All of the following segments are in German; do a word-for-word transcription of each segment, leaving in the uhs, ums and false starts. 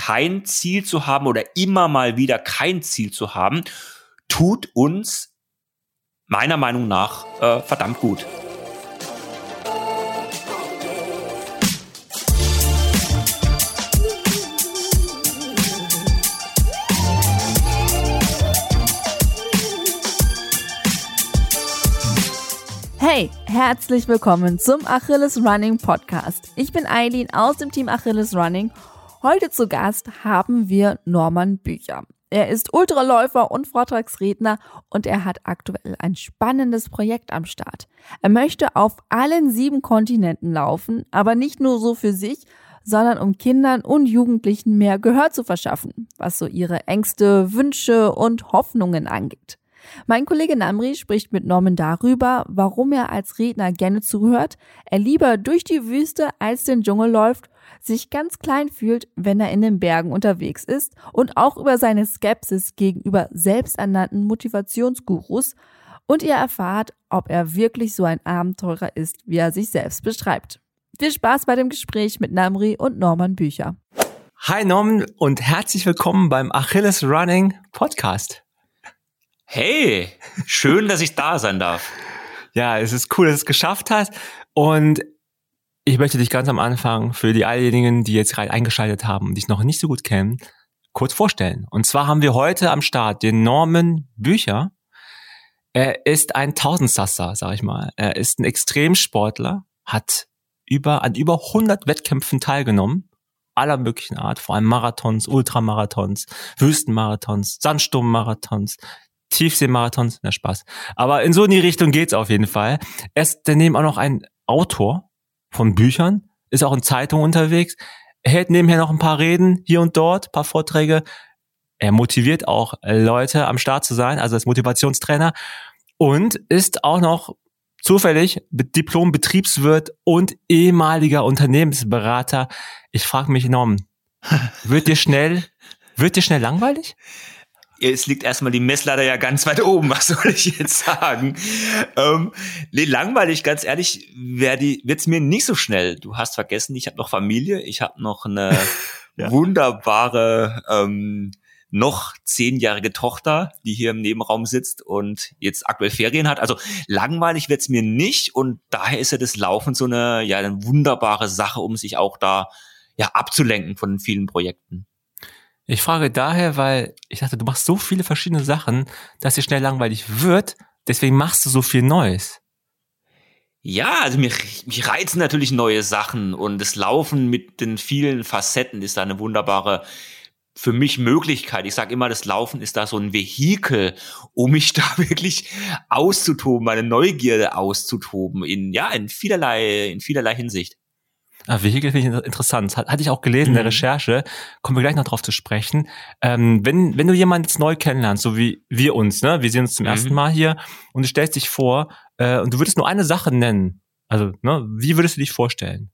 kein Ziel zu haben oder immer mal wieder kein Ziel zu haben, tut uns meiner Meinung nach äh, verdammt gut. Hey, herzlich willkommen zum Achilles Running Podcast. Ich bin Eileen aus dem Team Achilles Running. Heute zu Gast haben wir Norman Bücher. Er ist Ultraläufer und Vortragsredner und er hat aktuell ein spannendes Projekt am Start. Er möchte auf allen sieben Kontinenten laufen, aber nicht nur so für sich, sondern um Kindern und Jugendlichen mehr Gehör zu verschaffen, was so ihre Ängste, Wünsche und Hoffnungen angeht. Mein Kollege Namri spricht mit Norman darüber, warum er als Redner gerne zuhört, er lieber durch die Wüste als den Dschungel läuft, sich ganz klein fühlt, wenn er in den Bergen unterwegs ist und auch über seine Skepsis gegenüber selbsternannten Motivationsgurus und ihr erfahrt, ob er wirklich so ein Abenteurer ist, wie er sich selbst beschreibt. Viel Spaß bei dem Gespräch mit Namri und Norman Bücher. Hi Norman und herzlich willkommen beim Achilles Running Podcast. Hey, schön, dass ich da sein darf. Ja, es ist cool, dass du es geschafft hast. Und ich möchte dich ganz am Anfang für die alljenigen, die jetzt gerade eingeschaltet haben und dich noch nicht so gut kennen, kurz vorstellen. Und zwar haben wir heute am Start den Norman Bücher. Er ist ein Tausendsasser, sag ich mal. Er ist ein Extremsportler, hat über an über hundert Wettkämpfen teilgenommen, aller möglichen Art, vor allem Marathons, Ultramarathons, Wüstenmarathons, Sandsturmmarathons, Tiefseemarathons, na Spaß. Aber in so in die Richtung geht's auf jeden Fall. Er ist daneben auch noch ein Autor von Büchern, ist auch in Zeitungen unterwegs. Er hält nebenher noch ein paar Reden hier und dort, ein paar Vorträge. Er motiviert auch Leute am Start zu sein, also als Motivationstrainer. Und ist auch noch zufällig Diplom-Betriebswirt und ehemaliger Unternehmensberater. Ich frage mich enorm, wird dir schnell, wird dir schnell langweilig? Es liegt erstmal die Messlatte ja ganz weit oben, was soll ich jetzt sagen? ähm, nee, langweilig, ganz ehrlich, wird's mir nicht so schnell. Du hast vergessen, ich habe noch Familie, ich habe noch eine ja. wunderbare, ähm, noch zehnjährige Tochter, die hier im Nebenraum sitzt und jetzt aktuell Ferien hat. Also langweilig wird's mir nicht und daher ist ja das Laufen so eine, ja, eine wunderbare Sache, um sich auch da ja abzulenken von den vielen Projekten. Ich frage daher, weil ich dachte, du machst so viele verschiedene Sachen, dass dir schnell langweilig wird. Deswegen machst du so viel Neues. Ja, also mich, mich reizen natürlich neue Sachen und das Laufen mit den vielen Facetten ist da eine wunderbare, für mich Möglichkeit. Ich sage immer, das Laufen ist da so ein Vehikel, um mich da wirklich auszutoben, meine Neugierde auszutoben in ja in vielerlei in vielerlei Hinsicht. Ah, Vehikel finde ich interessant. Hat, hatte ich auch gelesen in der Recherche. Kommen wir gleich noch drauf zu sprechen. Ähm, wenn, wenn du jemanden jetzt neu kennenlernst, so wie wir uns, ne, wir sehen uns zum mhm. ersten Mal hier und du stellst dich vor, äh, und du würdest nur eine Sache nennen. Also, ne, wie würdest du dich vorstellen?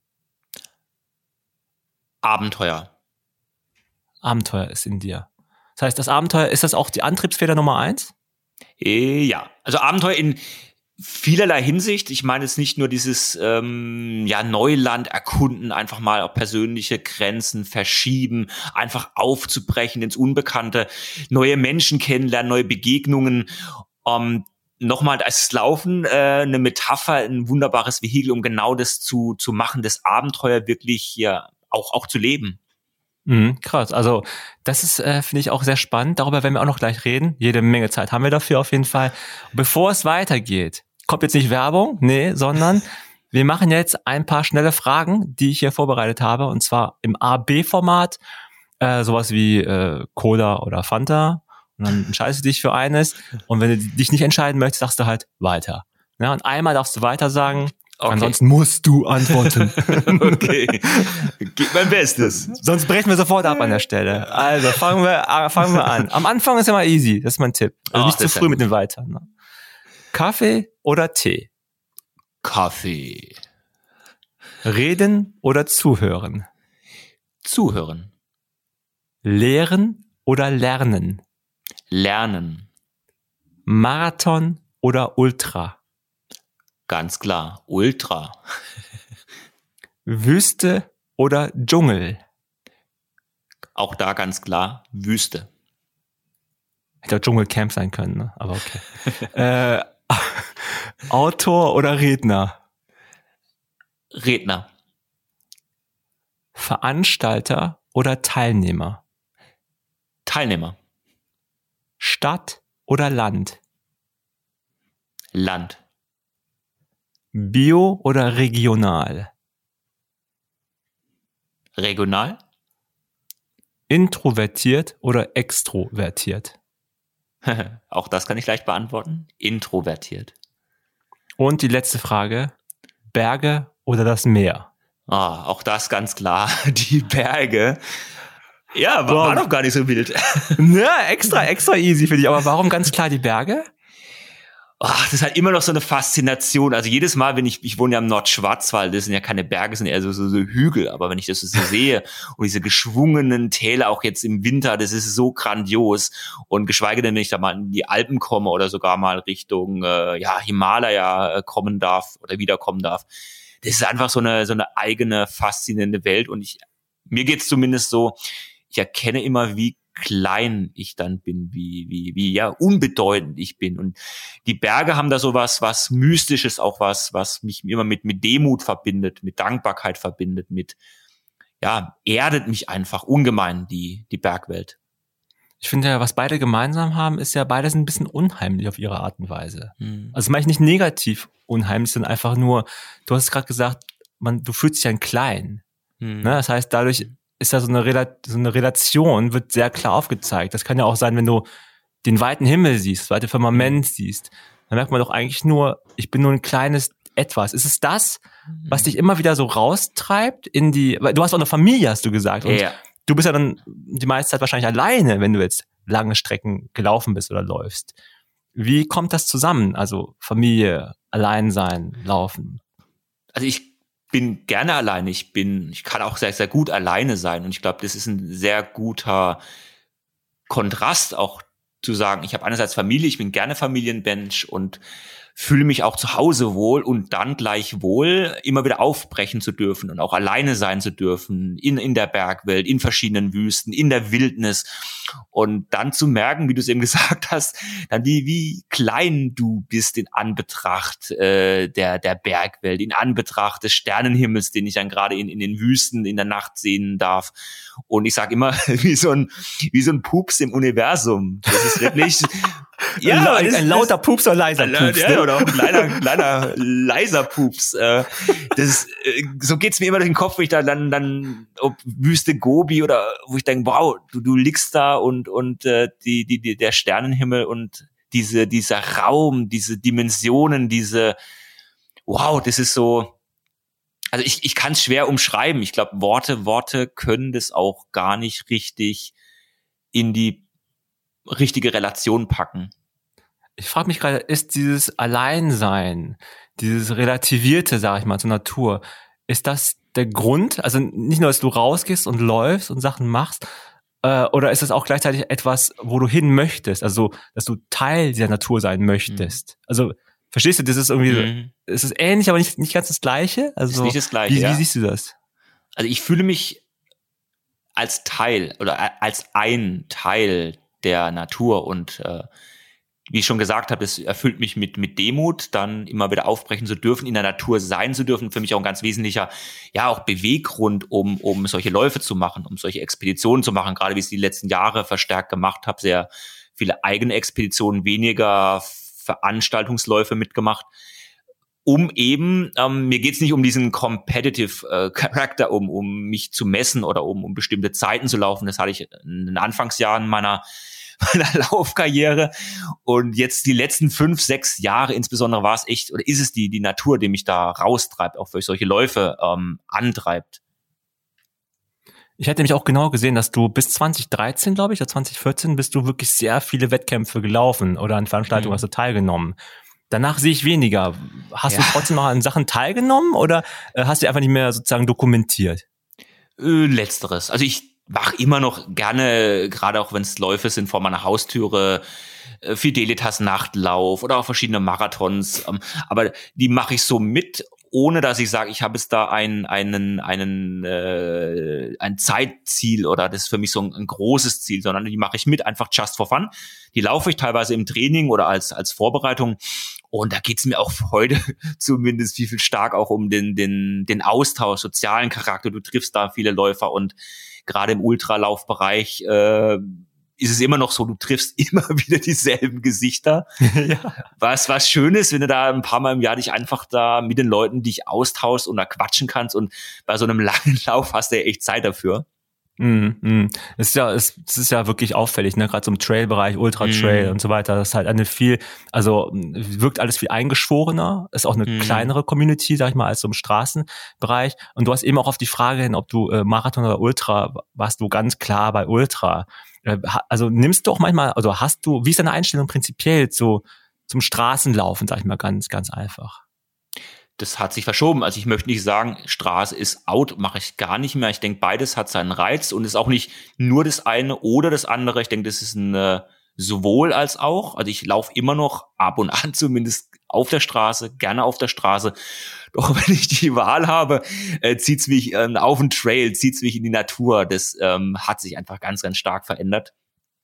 Abenteuer. Abenteuer ist in dir. Das heißt, das Abenteuer, ist das auch die Antriebsfeder Nummer eins? Äh, ja. Also Abenteuer in vielerlei Hinsicht. Ich meine jetzt nicht nur dieses ähm, ja Neuland erkunden, einfach mal auch persönliche Grenzen verschieben, einfach aufzubrechen ins Unbekannte, neue Menschen kennenlernen, neue Begegnungen. Ähm, nochmal als Laufen äh, eine Metapher, ein wunderbares Vehikel, um genau das zu zu machen, das Abenteuer wirklich ja auch auch zu leben. Mhm, krass, also das ist, äh, finde ich auch sehr spannend. Darüber werden wir auch noch gleich reden. Jede Menge Zeit haben wir dafür auf jeden Fall. Bevor es weitergeht, kommt jetzt nicht Werbung, nee, sondern wir machen jetzt ein paar schnelle Fragen, die ich hier vorbereitet habe, und zwar im A B Format, äh, sowas wie äh, Cola oder Fanta, und dann entscheidest du dich für eines, und wenn du dich nicht entscheiden möchtest, sagst du halt weiter. Ja, und einmal darfst du weiter sagen, okay. Ansonsten musst du antworten. Okay, gib mein Bestes. Sonst brechen wir sofort ab an der Stelle. Also fangen wir, fangen wir an. Am Anfang ist immer easy, das ist mein Tipp. Also oh, nicht zu früh mit dem Weiter. Ne? Kaffee oder Tee? Kaffee. Reden oder zuhören? Zuhören. Lehren oder lernen? Lernen. Marathon oder Ultra? Ganz klar, Ultra. Wüste oder Dschungel? Auch da ganz klar Wüste. Hätte auch Dschungelcamp sein können, ne? Aber okay. äh, Autor oder Redner? Redner. Veranstalter oder Teilnehmer? Teilnehmer. Stadt oder Land? Land. Bio oder regional? Regional. Introvertiert oder extrovertiert? Auch das kann ich leicht beantworten. Introvertiert. Und die letzte Frage. Berge oder das Meer? Ah, auch das ganz klar. Die Berge. Ja, war, war doch gar nicht so wild. Ja, extra, extra easy für dich. Aber warum ganz klar die Berge? Ach, das ist halt immer noch so eine Faszination. Also jedes Mal, wenn ich, ich wohne ja im Nordschwarzwald, das sind ja keine Berge, das sind eher so, so, so Hügel. Aber wenn ich das so sehe und diese geschwungenen Täler auch jetzt im Winter, das ist so grandios. Und geschweige denn, wenn ich da mal in die Alpen komme oder sogar mal Richtung äh, ja Himalaya äh, kommen darf oder wiederkommen darf. Das ist einfach so eine so eine eigene faszinierende Welt. Und ich mir geht's zumindest so, ich erkenne immer, wie klein ich dann bin, wie, wie, wie, ja, unbedeutend ich bin. Und die Berge haben da so was, was Mystisches, auch was, was mich immer mit, mit Demut verbindet, mit Dankbarkeit verbindet, mit, ja, erdet mich einfach ungemein, die, die Bergwelt. Ich finde ja, was beide gemeinsam haben, ist ja, beide sind ein bisschen unheimlich auf ihre Art und Weise. Hm. Also, das meine ich nicht negativ unheimlich, sondern einfach nur, du hast es gerade gesagt, man, du fühlst dich ja klein. Hm. Ne? Das heißt, dadurch ist da so eine, Rela- so eine Relation, wird sehr klar aufgezeigt. Das kann ja auch sein, wenn du den weiten Himmel siehst, das weite Firmament siehst, dann merkt man doch eigentlich nur, ich bin nur ein kleines Etwas. Ist es das, was dich immer wieder so raustreibt in die, weil du hast auch eine Familie, hast du gesagt. Und Ja. du bist ja dann die meiste Zeit wahrscheinlich alleine, wenn du jetzt lange Strecken gelaufen bist oder läufst. Wie kommt das zusammen? Also Familie, Alleinsein, Laufen. Also ich bin gerne alleine. Ich bin, ich kann auch sehr, sehr gut alleine sein. Und ich glaube, das ist ein sehr guter Kontrast auch zu sagen, ich habe einerseits Familie, ich bin gerne Familienmensch und fühle mich auch zu Hause wohl und dann gleichwohl immer wieder aufbrechen zu dürfen und auch alleine sein zu dürfen in, in der Bergwelt, in verschiedenen Wüsten, in der Wildnis und dann zu merken, wie du es eben gesagt hast, dann wie, wie klein du bist in Anbetracht äh, der, der Bergwelt, in Anbetracht des Sternenhimmels, den ich dann gerade in, in den Wüsten in der Nacht sehen darf. Und ich sage immer, wie so ein, wie so ein Pups im Universum. Das ist wirklich, ja, ein, das, ein lauter Pups oder leiser Pups. Ja, Ne? oder auch ein kleiner, kleiner, leiser Pups. Äh, das ist, äh, so geht's mir immer durch den Kopf, wo ich da dann, dann, ob Wüste Gobi oder, wo ich denke, wow, du, du liegst da und, und, äh, die, die, die, der Sternenhimmel und diese, dieser Raum, diese Dimensionen, diese, wow, das ist so, also ich, ich kann es schwer umschreiben. Ich glaube, Worte, Worte können das auch gar nicht richtig in die richtige Relation packen. Ich frage mich gerade, ist dieses Alleinsein, dieses Relativierte, sag ich mal, zur Natur, ist das der Grund? Also nicht nur, dass du rausgehst und läufst und Sachen machst, äh, oder ist es auch gleichzeitig etwas, wo du hin möchtest? Also, dass du Teil dieser Natur sein möchtest? Mhm. Also, verstehst du, das ist irgendwie, mhm. es ist ähnlich, aber nicht, nicht ganz das Gleiche? Also, ist nicht das Gleiche, wie, ja. Wie siehst du das? Also, ich fühle mich als Teil oder als ein Teil der Natur und äh, wie ich schon gesagt habe, es erfüllt mich mit mit Demut, dann immer wieder aufbrechen zu dürfen, in der Natur sein zu dürfen. Für mich auch ein ganz wesentlicher, ja auch Beweggrund, um um solche Läufe zu machen, um solche Expeditionen zu machen. Gerade wie ich es die letzten Jahre verstärkt gemacht habe, sehr viele eigene Expeditionen, weniger Veranstaltungsläufe mitgemacht. Um eben, ähm, mir geht's nicht um diesen competitive äh, Charakter, um um mich zu messen oder um um bestimmte Zeiten zu laufen. Das hatte ich in den Anfangsjahren meiner meiner Laufkarriere und jetzt die letzten fünf, sechs Jahre insbesondere war es echt oder ist es die die Natur, die mich da raustreibt, auch für solche Läufe ähm, antreibt. Ich hatte nämlich auch genau gesehen, dass du bis zwanzig dreizehn, glaube ich, oder zwanzig vierzehn bist du wirklich sehr viele Wettkämpfe gelaufen oder an Veranstaltungen mhm. hast du teilgenommen. Danach sehe ich weniger. Hast ja. du trotzdem noch an Sachen teilgenommen oder äh, hast du einfach nicht mehr sozusagen dokumentiert? Äh, letzteres. Also ich mache immer noch gerne, gerade auch wenn es Läufe sind vor meiner Haustüre, äh, Fidelitas Nachtlauf oder auch verschiedene Marathons. Ähm, aber die mache ich so mit, ohne dass ich sage, ich habe jetzt da einen einen einen äh, ein Zeitziel oder das ist für mich so ein, ein großes Ziel, sondern die mache ich mit, einfach just for fun. Die laufe ich teilweise im Training oder als als Vorbereitung. Und da geht's mir auch heute zumindest viel, viel stark auch um den den den Austausch, sozialen Charakter. Du triffst da viele Läufer und gerade im Ultralaufbereich äh, ist es immer noch so, du triffst immer wieder dieselben Gesichter. Ja. Was was schön ist, wenn du da ein paar Mal im Jahr dich einfach da mit den Leuten dich austauschst und da quatschen kannst und bei so einem langen Lauf hast du ja echt Zeit dafür. Mm, mm. Es ist ja, es, es ist ja wirklich auffällig, ne? Gerade so im Trail-Bereich, Ultra-Trail mm. und so weiter. Das ist halt eine viel, also wirkt alles viel eingeschworener, ist auch eine mm. kleinere Community, sag ich mal, als so im Straßenbereich. Und du hast eben auch auf die Frage hin, ob du äh, Marathon oder Ultra, warst du ganz klar bei Ultra. Äh, also nimmst du auch manchmal, also hast du, wie ist deine Einstellung prinzipiell zu, zum Straßenlaufen, sag ich mal, ganz, ganz einfach? Das hat sich verschoben. Also ich möchte nicht sagen, Straße ist out, mache ich gar nicht mehr. Ich denke, beides hat seinen Reiz und ist auch nicht nur das eine oder das andere. Ich denke, das ist ein äh, sowohl als auch. Also ich laufe immer noch ab und an zumindest auf der Straße, gerne auf der Straße. Doch wenn ich die Wahl habe, äh, zieht's mich äh, auf den Trail, zieht's mich in die Natur. Das ähm, hat sich einfach ganz, ganz stark verändert.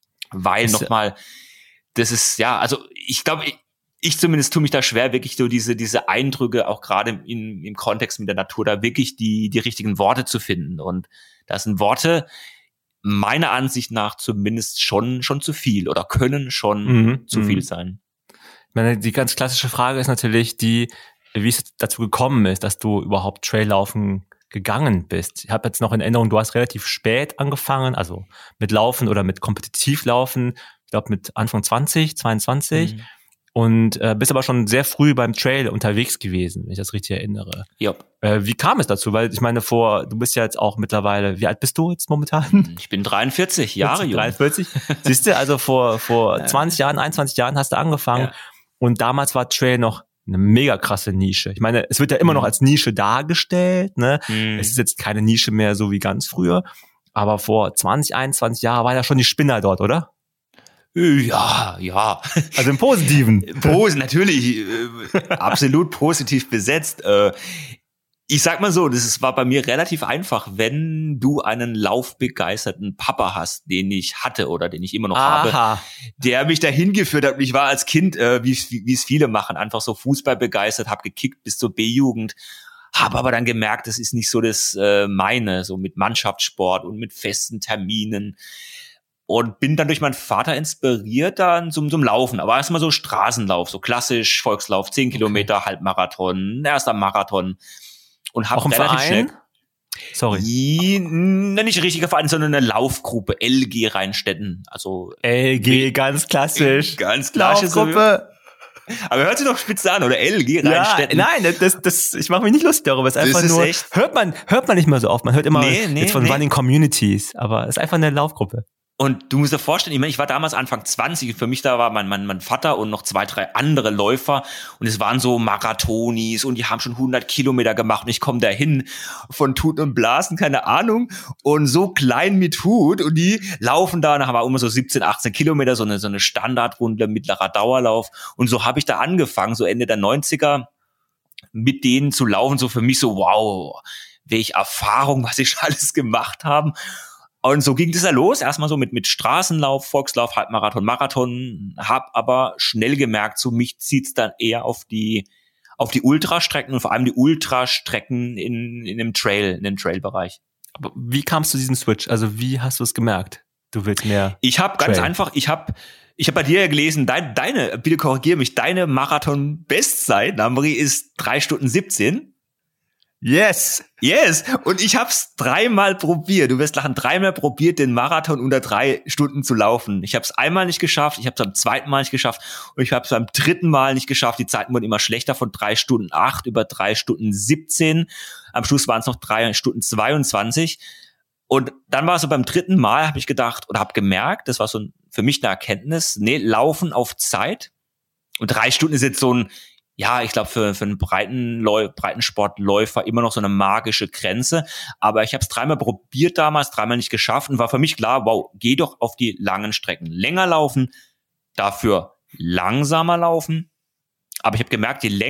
Weil nochmal, das ist, ja, also ich glaube, ich, Ich zumindest tue mich da schwer, wirklich so diese diese Eindrücke, auch gerade im, im Kontext mit der Natur, da wirklich die die richtigen Worte zu finden. Und das sind Worte meiner Ansicht nach zumindest schon schon zu viel oder können schon mhm, zu viel sein. Ich meine, die ganz klassische Frage ist natürlich die, wie es dazu gekommen ist, dass du überhaupt Traillaufen gegangen bist. Ich habe jetzt noch in Erinnerung, du hast relativ spät angefangen, also mit Laufen oder mit Kompetitivlaufen, ich glaube mit Anfang zwanzig, zweiundzwanzig. Mhm. Und äh, bist aber schon sehr früh beim Trail unterwegs gewesen, wenn ich das richtig erinnere. Ja. Äh, wie kam es dazu? Weil ich meine, vor, du bist ja jetzt auch mittlerweile, wie alt bist du jetzt momentan? Ich bin dreiundvierzig Jahre jung. dreiundvierzig Siehst du, also vor vor zwanzig Jahren, einundzwanzig Jahren hast du angefangen. Ja. Und damals war Trail noch eine mega krasse Nische. Ich meine, es wird ja immer noch als Nische dargestellt, ne? Mhm. Es ist jetzt keine Nische mehr so wie ganz früher. Aber vor zwanzig, einundzwanzig Jahren waren ja schon die Spinner dort, oder? Ja, ja. Also im Positiven. Pos, natürlich, äh, absolut positiv besetzt. Äh, ich sag mal so, das ist, war bei mir relativ einfach, wenn du einen laufbegeisterten Papa hast, den ich hatte oder den ich immer noch Aha. habe, der mich dahin geführt hat. Und ich war als Kind, äh, wie wie es viele machen, einfach so Fußball begeistert, habe gekickt bis zur B-Jugend. Habe aber dann gemerkt, das ist nicht so das äh, meine, so mit Mannschaftssport und mit festen Terminen. Und bin dann durch meinen Vater inspiriert dann zum, zum Laufen. Aber erstmal so Straßenlauf, so klassisch Volkslauf, zehn Kilometer, okay. Halbmarathon, erster Marathon. Und hab relativ Verein? schnell. Sorry. Die, nicht richtiger Verein, sondern eine Laufgruppe, L G Rheinstetten. Also L G, ganz klassisch. Ganz klassisch. Laufgruppe. Aber hört sich doch spitze an, oder L G Rheinstetten. Ja, nein, das, das, ich mache mich nicht lustig darüber. Es ist einfach ist nur, echt? hört man, hört man nicht mehr so oft. Man hört immer nee, nee, jetzt von nee. Running Communities, aber es ist einfach eine Laufgruppe. Und du musst dir vorstellen, ich meine, ich war damals Anfang zwanzig und für mich da war mein, mein, mein Vater und noch zwei, drei andere Läufer und es waren so Marathonis und die haben schon hundert Kilometer gemacht und ich komme da hin von Tut und Blasen, keine Ahnung, und so klein mit Hut und die laufen da, da haben wir immer so siebzehn, achtzehn Kilometer, so eine, so eine Standardrunde, mittlerer Dauerlauf und so habe ich da angefangen, so Ende der neunziger mit denen zu laufen, so für mich so, wow, welche Erfahrung, was ich schon alles gemacht haben. Und so ging das ja los, erstmal so mit mit Straßenlauf, Volkslauf, Halbmarathon, Marathon, hab aber schnell gemerkt, so mich zieht's dann eher auf die auf die Ultrastrecken und vor allem die Ultrastrecken in in dem Trail, in dem Trailbereich. Aber wie kamst du zu diesem Switch? Also wie hast du es gemerkt? Du willst mehr. Ich habe ganz einfach, ich habe ich habe bei dir ja gelesen, dein, deine, bitte korrigiere mich, deine Marathon-Bestzeit, Namri, ist drei Stunden siebzehn. Yes. Yes. Und ich hab's dreimal probiert. Du wirst lachen, dreimal probiert, den Marathon unter drei Stunden zu laufen. Ich hab's einmal nicht geschafft, ich hab's beim zweiten Mal nicht geschafft und ich hab's beim dritten Mal nicht geschafft. Die Zeiten wurden immer schlechter, von drei Stunden acht über drei Stunden siebzehn. Am Schluss waren es noch drei Stunden zweiundzwanzig. Und dann war es so beim dritten Mal, habe ich gedacht oder habe gemerkt, das war so für mich eine Erkenntnis, nee, Laufen auf Zeit. Und drei Stunden ist jetzt so ein, ja, ich glaube, für, für einen breiten Läu- Breitensportläufer immer noch so eine magische Grenze. Aber ich habe es dreimal probiert damals, dreimal nicht geschafft und war für mich klar, wow, geh doch auf die langen Strecken. Länger laufen, dafür langsamer laufen. Aber ich habe gemerkt, je länger,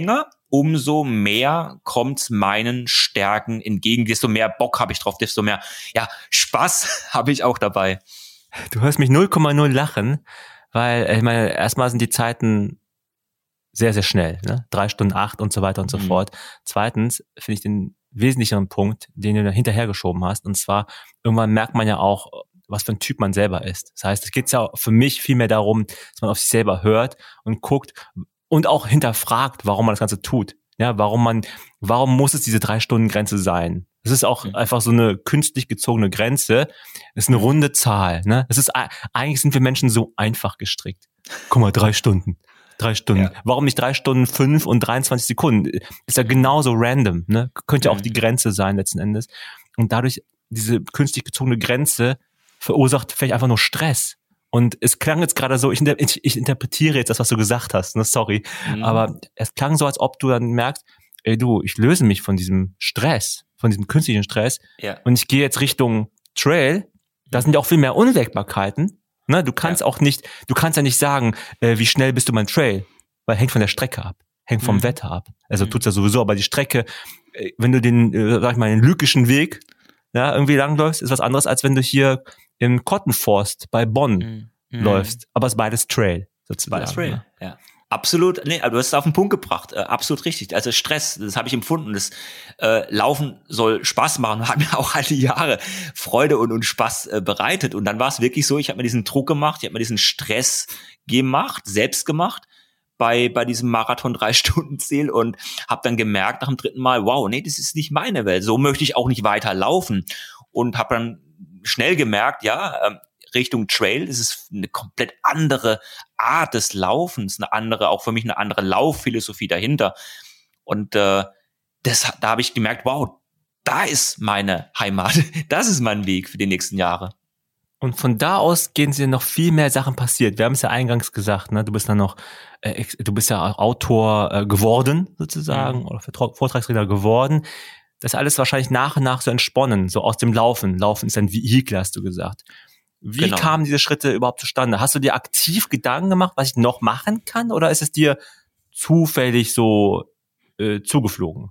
umso mehr kommt's meinen Stärken entgegen, desto mehr Bock habe ich drauf, desto mehr ja Spaß habe ich auch dabei. Du hörst mich null Komma null lachen, weil ich meine, erstmal sind die Zeiten sehr, sehr schnell, ne? Drei Stunden acht und so weiter und so mhm. fort. Zweitens finde ich den wesentlicheren Punkt, den du da hinterhergeschoben hast, und zwar, irgendwann merkt man ja auch, was für ein Typ man selber ist. Das heißt, es geht ja für mich viel mehr darum, dass man auf sich selber hört und guckt und auch hinterfragt, warum man das Ganze tut. Ja, warum man, warum muss es diese drei Stunden Grenze sein? Das ist auch mhm. einfach so eine künstlich gezogene Grenze. Das ist eine runde Zahl, ne? Das ist, eigentlich sind wir Menschen so einfach gestrickt. Guck mal, drei Stunden. Drei Stunden. Ja. Warum nicht drei Stunden fünf und dreiundzwanzig Sekunden? Ist ja genauso random, ne? Könnte ja auch die Grenze sein letzten Endes. Und dadurch, diese künstlich gezogene Grenze verursacht vielleicht einfach nur Stress. Und es klang jetzt gerade so, ich, ich, ich interpretiere jetzt das, was du gesagt hast, ne? Sorry. Mhm. Aber es klang so, als ob du dann merkst, ey du, ich löse mich von diesem Stress, von diesem künstlichen Stress. Ja. Und ich gehe jetzt Richtung Trail. Da sind ja auch viel mehr Unwägbarkeiten. Ne, du kannst ja. auch nicht, du kannst ja nicht sagen, äh, wie schnell bist du beim Trail, weil hängt von der Strecke ab, hängt vom mhm. Wetter ab. Also mhm. tut's ja sowieso, aber die Strecke, äh, wenn du den, äh, sag ich mal, den lykischen Weg, ja, irgendwie langläufst, ist was anderes, als wenn du hier im Cotton Forest bei Bonn mhm. läufst. Aber es ist beides Trail, sozusagen. Beides Trail, ne? Ja. Absolut, nee, aber du hast es auf den Punkt gebracht, äh, absolut richtig. Also Stress, das habe ich empfunden. Das äh, Laufen soll Spaß machen, hat mir auch all die Jahre Freude und, und Spaß äh, bereitet. Und dann war es wirklich so, ich habe mir diesen Druck gemacht, ich habe mir diesen Stress gemacht, selbst gemacht bei bei diesem Marathon drei Stunden Ziel und habe dann gemerkt nach dem dritten Mal, wow, nee, das ist nicht meine Welt. So möchte ich auch nicht weiter laufen. Und habe dann schnell gemerkt, ja, ähm, Richtung Trail, das ist eine komplett andere Art des Laufens, eine andere, auch für mich eine andere Laufphilosophie dahinter. Und äh, das, da habe ich gemerkt, wow, da ist meine Heimat, das ist mein Weg für die nächsten Jahre. Und von da aus gehen sie noch viel mehr Sachen passiert. Wir haben es ja eingangs gesagt, ne? Du bist dann noch, äh, du bist ja Autor äh, geworden sozusagen mhm. oder Vortragsredner geworden. Das ist alles wahrscheinlich nach und nach so entsponnen, so aus dem Laufen. Laufen ist ein Vehikel, hast du gesagt. Wie genau. kamen diese Schritte überhaupt zustande? Hast du dir aktiv Gedanken gemacht, was ich noch machen kann? Oder ist es dir zufällig so äh, zugeflogen?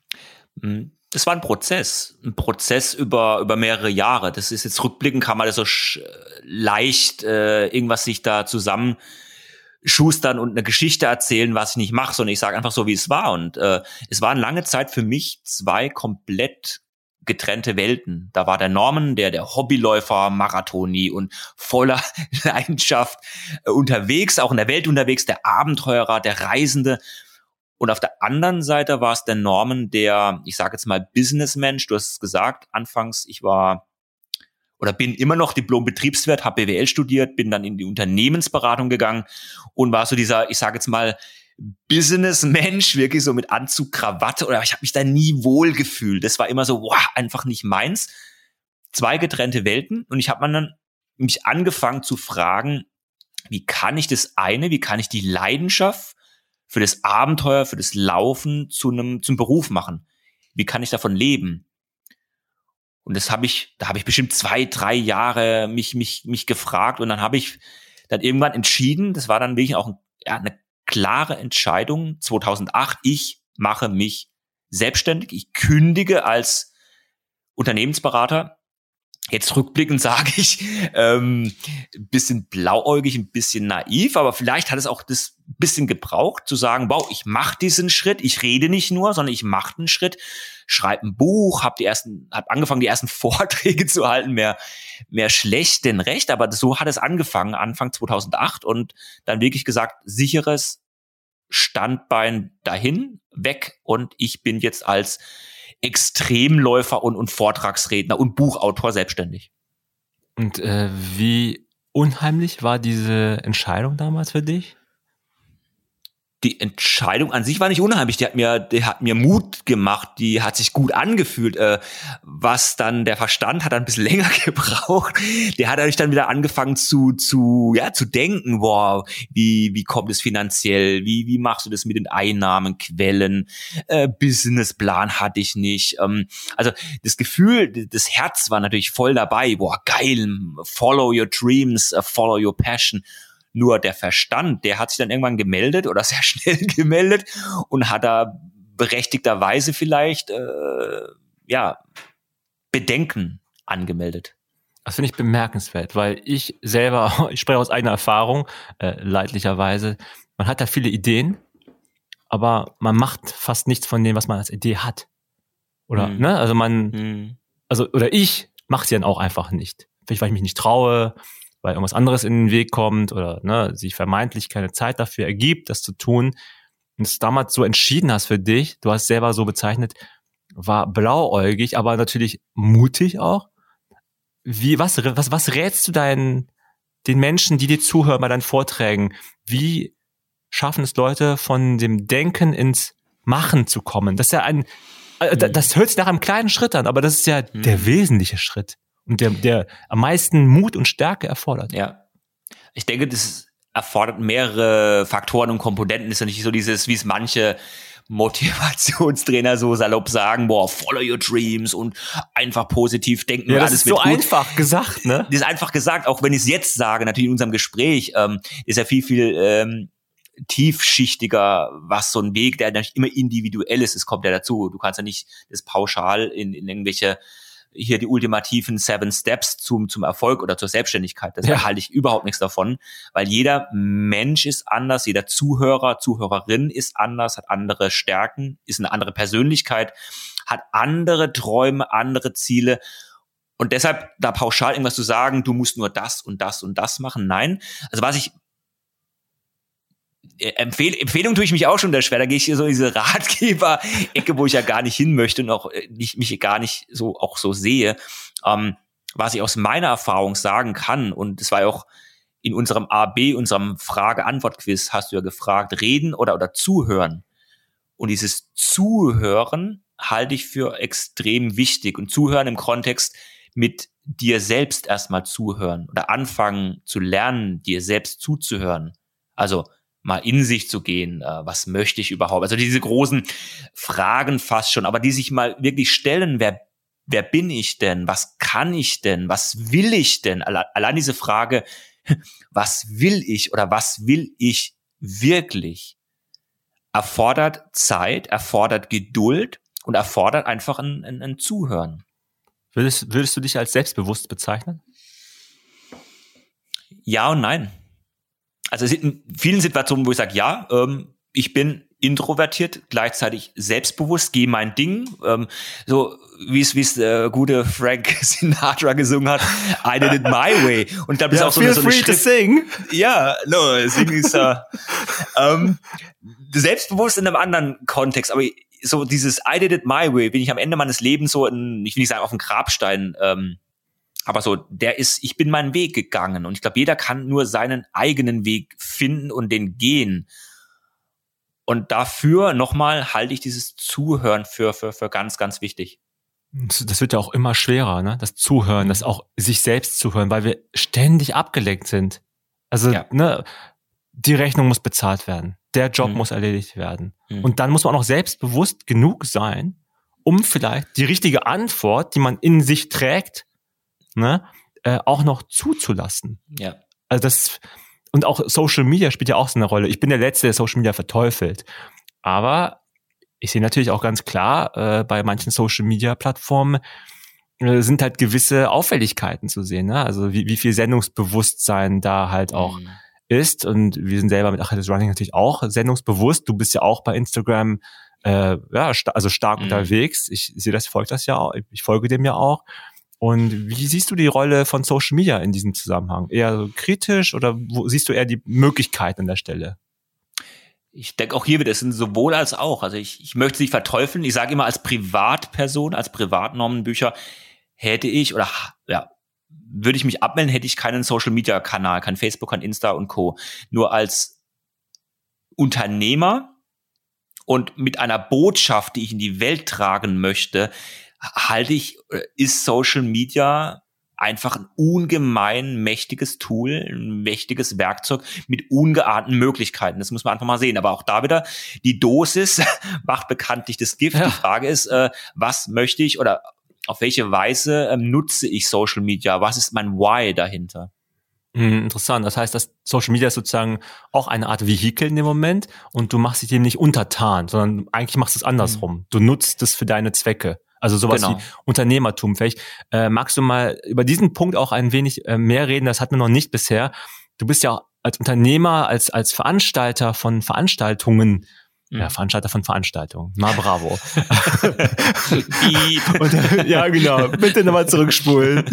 Es war ein Prozess. Ein Prozess über über mehrere Jahre. Das ist jetzt rückblickend, kann man das so sch- leicht äh, irgendwas sich da zusammen schustern und eine Geschichte erzählen, was ich nicht mache, sondern ich sage einfach so, wie es war. Und äh, es waren lange Zeit für mich zwei komplett getrennte Welten. Da war der Norman, der der Hobbyläufer, Marathoni und voller Leidenschaft äh, unterwegs, auch in der Welt unterwegs, der Abenteurer, der Reisende. Und auf der anderen Seite war es der Norman, der, ich sage jetzt mal Businessmensch, du hast es gesagt, anfangs, ich war oder bin immer noch Diplom-Betriebswirt, habe B W L studiert, bin dann in die Unternehmensberatung gegangen und war so dieser, ich sage jetzt mal, Business-Mensch, wirklich so mit Anzug, Krawatte, oder ich habe mich da nie wohl gefühlt. Das war immer so, wow, einfach nicht meins. Zwei getrennte Welten und ich habe dann mich angefangen zu fragen, wie kann ich das eine, wie kann ich die Leidenschaft für das Abenteuer, für das Laufen zu einem zum Beruf machen? Wie kann ich davon leben? Und das habe ich, da habe ich bestimmt zwei, drei Jahre mich mich mich gefragt und dann habe ich dann irgendwann entschieden, das war dann wirklich auch ja, eine klare Entscheidung, zweitausendacht, ich mache mich selbstständig, ich kündige als Unternehmensberater. Jetzt rückblickend sage ich, ähm, ein bisschen blauäugig, ein bisschen naiv, aber vielleicht hat es auch das bisschen gebraucht, zu sagen, wow, ich mache diesen Schritt, ich rede nicht nur, sondern ich mache den Schritt, schreibe ein Buch, habe die ersten, habe angefangen, die ersten Vorträge zu halten, mehr, mehr schlecht denn recht, aber so hat es angefangen, Anfang zweitausendacht und dann wirklich gesagt, sicheres Standbein dahin, weg und ich bin jetzt als Extremläufer und, und Vortragsredner und Buchautor selbstständig. Und äh, wie unheimlich war diese Entscheidung damals für dich? Die Entscheidung an sich war nicht unheimlich, die hat mir, die hat mir Mut gemacht, die hat sich gut angefühlt, äh, was dann der Verstand hat dann ein bisschen länger gebraucht, der hat dadurch dann wieder angefangen zu, zu, ja, zu denken, wow, wie, wie kommt es finanziell, wie, wie machst du das mit den Einnahmenquellen, äh, Businessplan hatte ich nicht, ähm, also das Gefühl, das Herz war natürlich voll dabei, boah, geil, follow your dreams, uh, follow your passion. Nur der Verstand, der hat sich dann irgendwann gemeldet oder sehr schnell gemeldet und hat da berechtigterweise vielleicht äh, ja Bedenken angemeldet. Das finde ich bemerkenswert, weil ich selber, ich spreche aus eigener Erfahrung, äh, leidlicherweise, man hat da viele Ideen, aber man macht fast nichts von dem, was man als Idee hat. Oder, Mhm. ne, also man, Mhm. also, oder ich mache sie dann auch einfach nicht. Vielleicht, weil ich mich nicht traue, weil irgendwas anderes in den Weg kommt oder, ne, sich vermeintlich keine Zeit dafür ergibt, das zu tun. Und es damals so entschieden hast für dich, du hast es selber so bezeichnet, war blauäugig, aber natürlich mutig auch. Wie, was, was, was rätst du deinen, den Menschen, die dir zuhören bei deinen Vorträgen? Wie schaffen es Leute, von dem Denken ins Machen zu kommen? Das ist ja ein, äh, Mhm. das hört sich nach einem kleinen Schritt an, aber das ist ja Mhm. der wesentliche Schritt und der, der am meisten Mut und Stärke erfordert. Ja. Ich denke, das erfordert mehrere Faktoren und Komponenten. Das ist ja nicht so dieses, wie es manche Motivationstrainer so salopp sagen, boah, follow your dreams und einfach positiv denken. Ja, und das alles ist so wird gut. einfach gesagt, ne? Das ist einfach gesagt, auch wenn ich es jetzt sage, natürlich in unserem Gespräch, ähm, ist ja viel, viel ähm, tiefschichtiger, was so ein Weg, der natürlich immer individuell ist, es kommt ja dazu. Du kannst ja nicht das pauschal in, in irgendwelche, hier die ultimativen Seven Steps zum, zum Erfolg oder zur Selbstständigkeit. Das Ja. halte ich überhaupt nichts davon, weil jeder Mensch ist anders, jeder Zuhörer, Zuhörerin ist anders, hat andere Stärken, ist eine andere Persönlichkeit, hat andere Träume, andere Ziele. Und deshalb da pauschal irgendwas zu sagen, du musst nur das und das und das machen, nein. Also was ich Empfehl Empfehlung tue ich mich auch schon da schwer. Da gehe ich hier so in diese Ratgeber-Ecke, wo ich ja gar nicht hin möchte und auch nicht, mich gar nicht so auch so sehe. Ähm, was ich aus meiner Erfahrung sagen kann, und das war ja auch in unserem A B, unserem Frage-Antwort-Quiz, hast du ja gefragt, reden oder, oder zuhören. Und dieses Zuhören halte ich für extrem wichtig. Und Zuhören im Kontext mit dir selbst erstmal zuhören oder anfangen zu lernen, dir selbst zuzuhören. Also mal in sich zu gehen, äh, was möchte ich überhaupt? Also diese großen Fragen fast schon, aber die sich mal wirklich stellen, wer, wer bin ich denn? Was kann ich denn? Was will ich denn? Alle, allein diese Frage, was will ich oder was will ich wirklich, erfordert Zeit, erfordert Geduld und erfordert einfach ein, ein, ein Zuhören. Würdest, würdest du dich als selbstbewusst bezeichnen? Ja und nein. Also es sind in vielen Situationen, wo ich sage, ja, ähm, ich bin introvertiert, gleichzeitig selbstbewusst, gehe mein Ding, ähm, so wie es wie es äh, gute Frank Sinatra gesungen hat, I did it my way. Und da ist Ja, auch so eine, so eine free to Schrift. sing. Ja, no, sing ist uh, ähm, selbstbewusst in einem anderen Kontext, aber so dieses I did it my way, bin ich am Ende meines Lebens so, in, ich will nicht sagen auf dem Grabstein, ähm, aber so, der ist, ich bin meinen Weg gegangen und ich glaube, jeder kann nur seinen eigenen Weg finden und den gehen. Und dafür, nochmal, halte ich dieses Zuhören für, für, für ganz, ganz wichtig. Das wird ja auch immer schwerer, ne? Das Zuhören, das auch sich selbst zuhören, weil wir ständig abgelenkt sind. Also, Ja. ne, die Rechnung muss bezahlt werden, der Job Mhm. muss erledigt werden. Mhm. Und dann muss man auch noch selbstbewusst genug sein, um vielleicht die richtige Antwort, die man in sich trägt, ne, äh, auch noch zuzulassen. Ja. Also das, und auch Social Media spielt ja auch so eine Rolle. Ich bin der Letzte, der Social Media verteufelt. Aber ich sehe natürlich auch ganz klar, äh, bei manchen Social Media Plattformen äh, sind halt gewisse Auffälligkeiten zu sehen, ne? Also wie, wie viel Sendungsbewusstsein da halt auch Mhm. ist. Und wir sind selber mit Achilles Running natürlich auch sendungsbewusst. Du bist ja auch bei Instagram äh, ja, sta- also stark Mhm. unterwegs. Ich sehe das, folge das ja auch. Ich folge dem ja auch. Und wie siehst du die Rolle von Social Media in diesem Zusammenhang? Eher so kritisch oder wo siehst du eher die Möglichkeit an der Stelle? Ich denke auch hier wieder, es sind sowohl als auch. Also ich, ich möchte es nicht verteufeln. Ich sage immer, als Privatperson, als Privatnormenbücher hätte ich oder ja, würde ich mich abmelden, hätte ich keinen Social-Media-Kanal, kein Facebook, kein Insta und Co. Nur als Unternehmer und mit einer Botschaft, die ich in die Welt tragen möchte, halte ich, ist Social Media einfach ein ungemein mächtiges Tool, ein mächtiges Werkzeug mit ungeahnten Möglichkeiten. Das muss man einfach mal sehen. Aber auch da wieder, die Dosis macht bekanntlich das Gift. Ja. Die Frage ist, äh, was möchte ich oder auf welche Weise ähm, nutze ich Social Media? Was ist mein Why dahinter? Hm, interessant. Das heißt, dass Social Media ist sozusagen auch eine Art Vehikel in dem Moment und du machst dich dem nicht untertan, sondern eigentlich machst du es andersrum. Mhm. Du nutzt es für deine Zwecke. Also sowas genau. wie Unternehmertum. Vielleicht äh, magst du mal über diesen Punkt auch ein wenig äh, mehr reden. Das hatten wir noch nicht bisher. Du bist ja als Unternehmer, als als Veranstalter von Veranstaltungen, mhm. ja, Veranstalter von Veranstaltungen. Na, bravo. Und, äh, ja, genau. Bitte nochmal zurückspulen.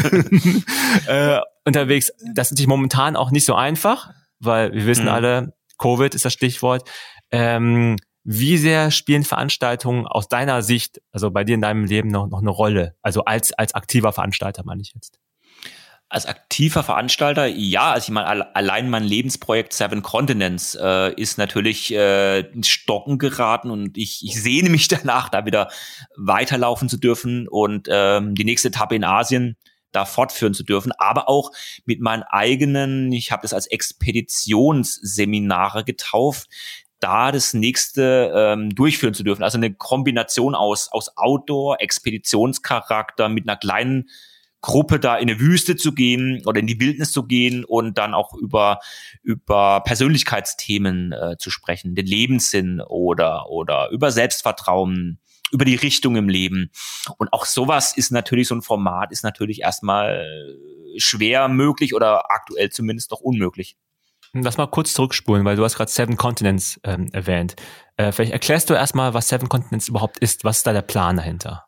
äh, unterwegs. Das ist natürlich momentan auch nicht so einfach, weil wir wissen mhm. alle, Covid ist das Stichwort. Ähm, wie sehr spielen Veranstaltungen aus deiner Sicht, also bei dir in deinem Leben noch, noch eine Rolle? Also als, als aktiver Veranstalter meine ich jetzt. Als aktiver Veranstalter, ja, also ich meine, allein mein Lebensprojekt Seven Continents äh, ist natürlich äh, ins Stocken geraten und ich, ich sehne mich danach, da wieder weiterlaufen zu dürfen und ähm, die nächste Etappe in Asien da fortführen zu dürfen, aber auch mit meinen eigenen, ich habe das als Expeditionsseminare getauft, da das nächste ähm, durchführen zu dürfen. Also eine Kombination aus aus Outdoor, Expeditionscharakter mit einer kleinen Gruppe da in eine Wüste zu gehen oder in die Wildnis zu gehen und dann auch über über Persönlichkeitsthemen äh, zu sprechen, den Lebenssinn oder oder über Selbstvertrauen, über die Richtung im Leben. Und auch sowas ist natürlich, so ein Format ist natürlich erstmal schwer möglich oder aktuell zumindest doch unmöglich. Lass mal kurz zurückspulen, weil du hast gerade Seven Continents ähm, erwähnt. Äh, vielleicht erklärst du erstmal, was Seven Continents überhaupt ist. Was ist da der Plan dahinter?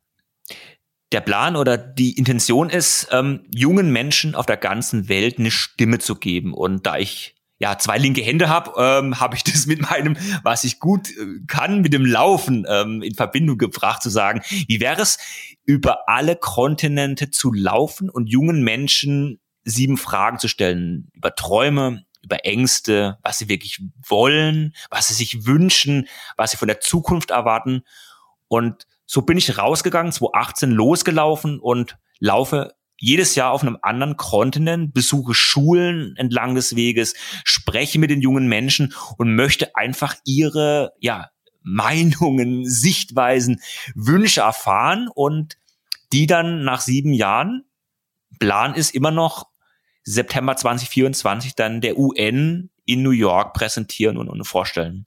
Der Plan oder die Intention ist, ähm, jungen Menschen auf der ganzen Welt eine Stimme zu geben. Und da ich ja zwei linke Hände habe, ähm, habe ich das mit meinem, was ich gut äh, kann, mit dem Laufen ähm, in Verbindung gebracht, zu sagen, wie wäre es, über alle Kontinente zu laufen und jungen Menschen sieben Fragen zu stellen über Träume, über Ängste, was sie wirklich wollen, was sie sich wünschen, was sie von der Zukunft erwarten. Und so bin ich rausgegangen, zwanzig achtzehn losgelaufen und laufe jedes Jahr auf einem anderen Kontinent, besuche Schulen entlang des Weges, spreche mit den jungen Menschen und möchte einfach ihre ja Meinungen, Sichtweisen, Wünsche erfahren und die dann nach sieben Jahren, Plan ist immer noch, September zwanzig vierundzwanzig dann der U N in New York präsentieren und, und vorstellen.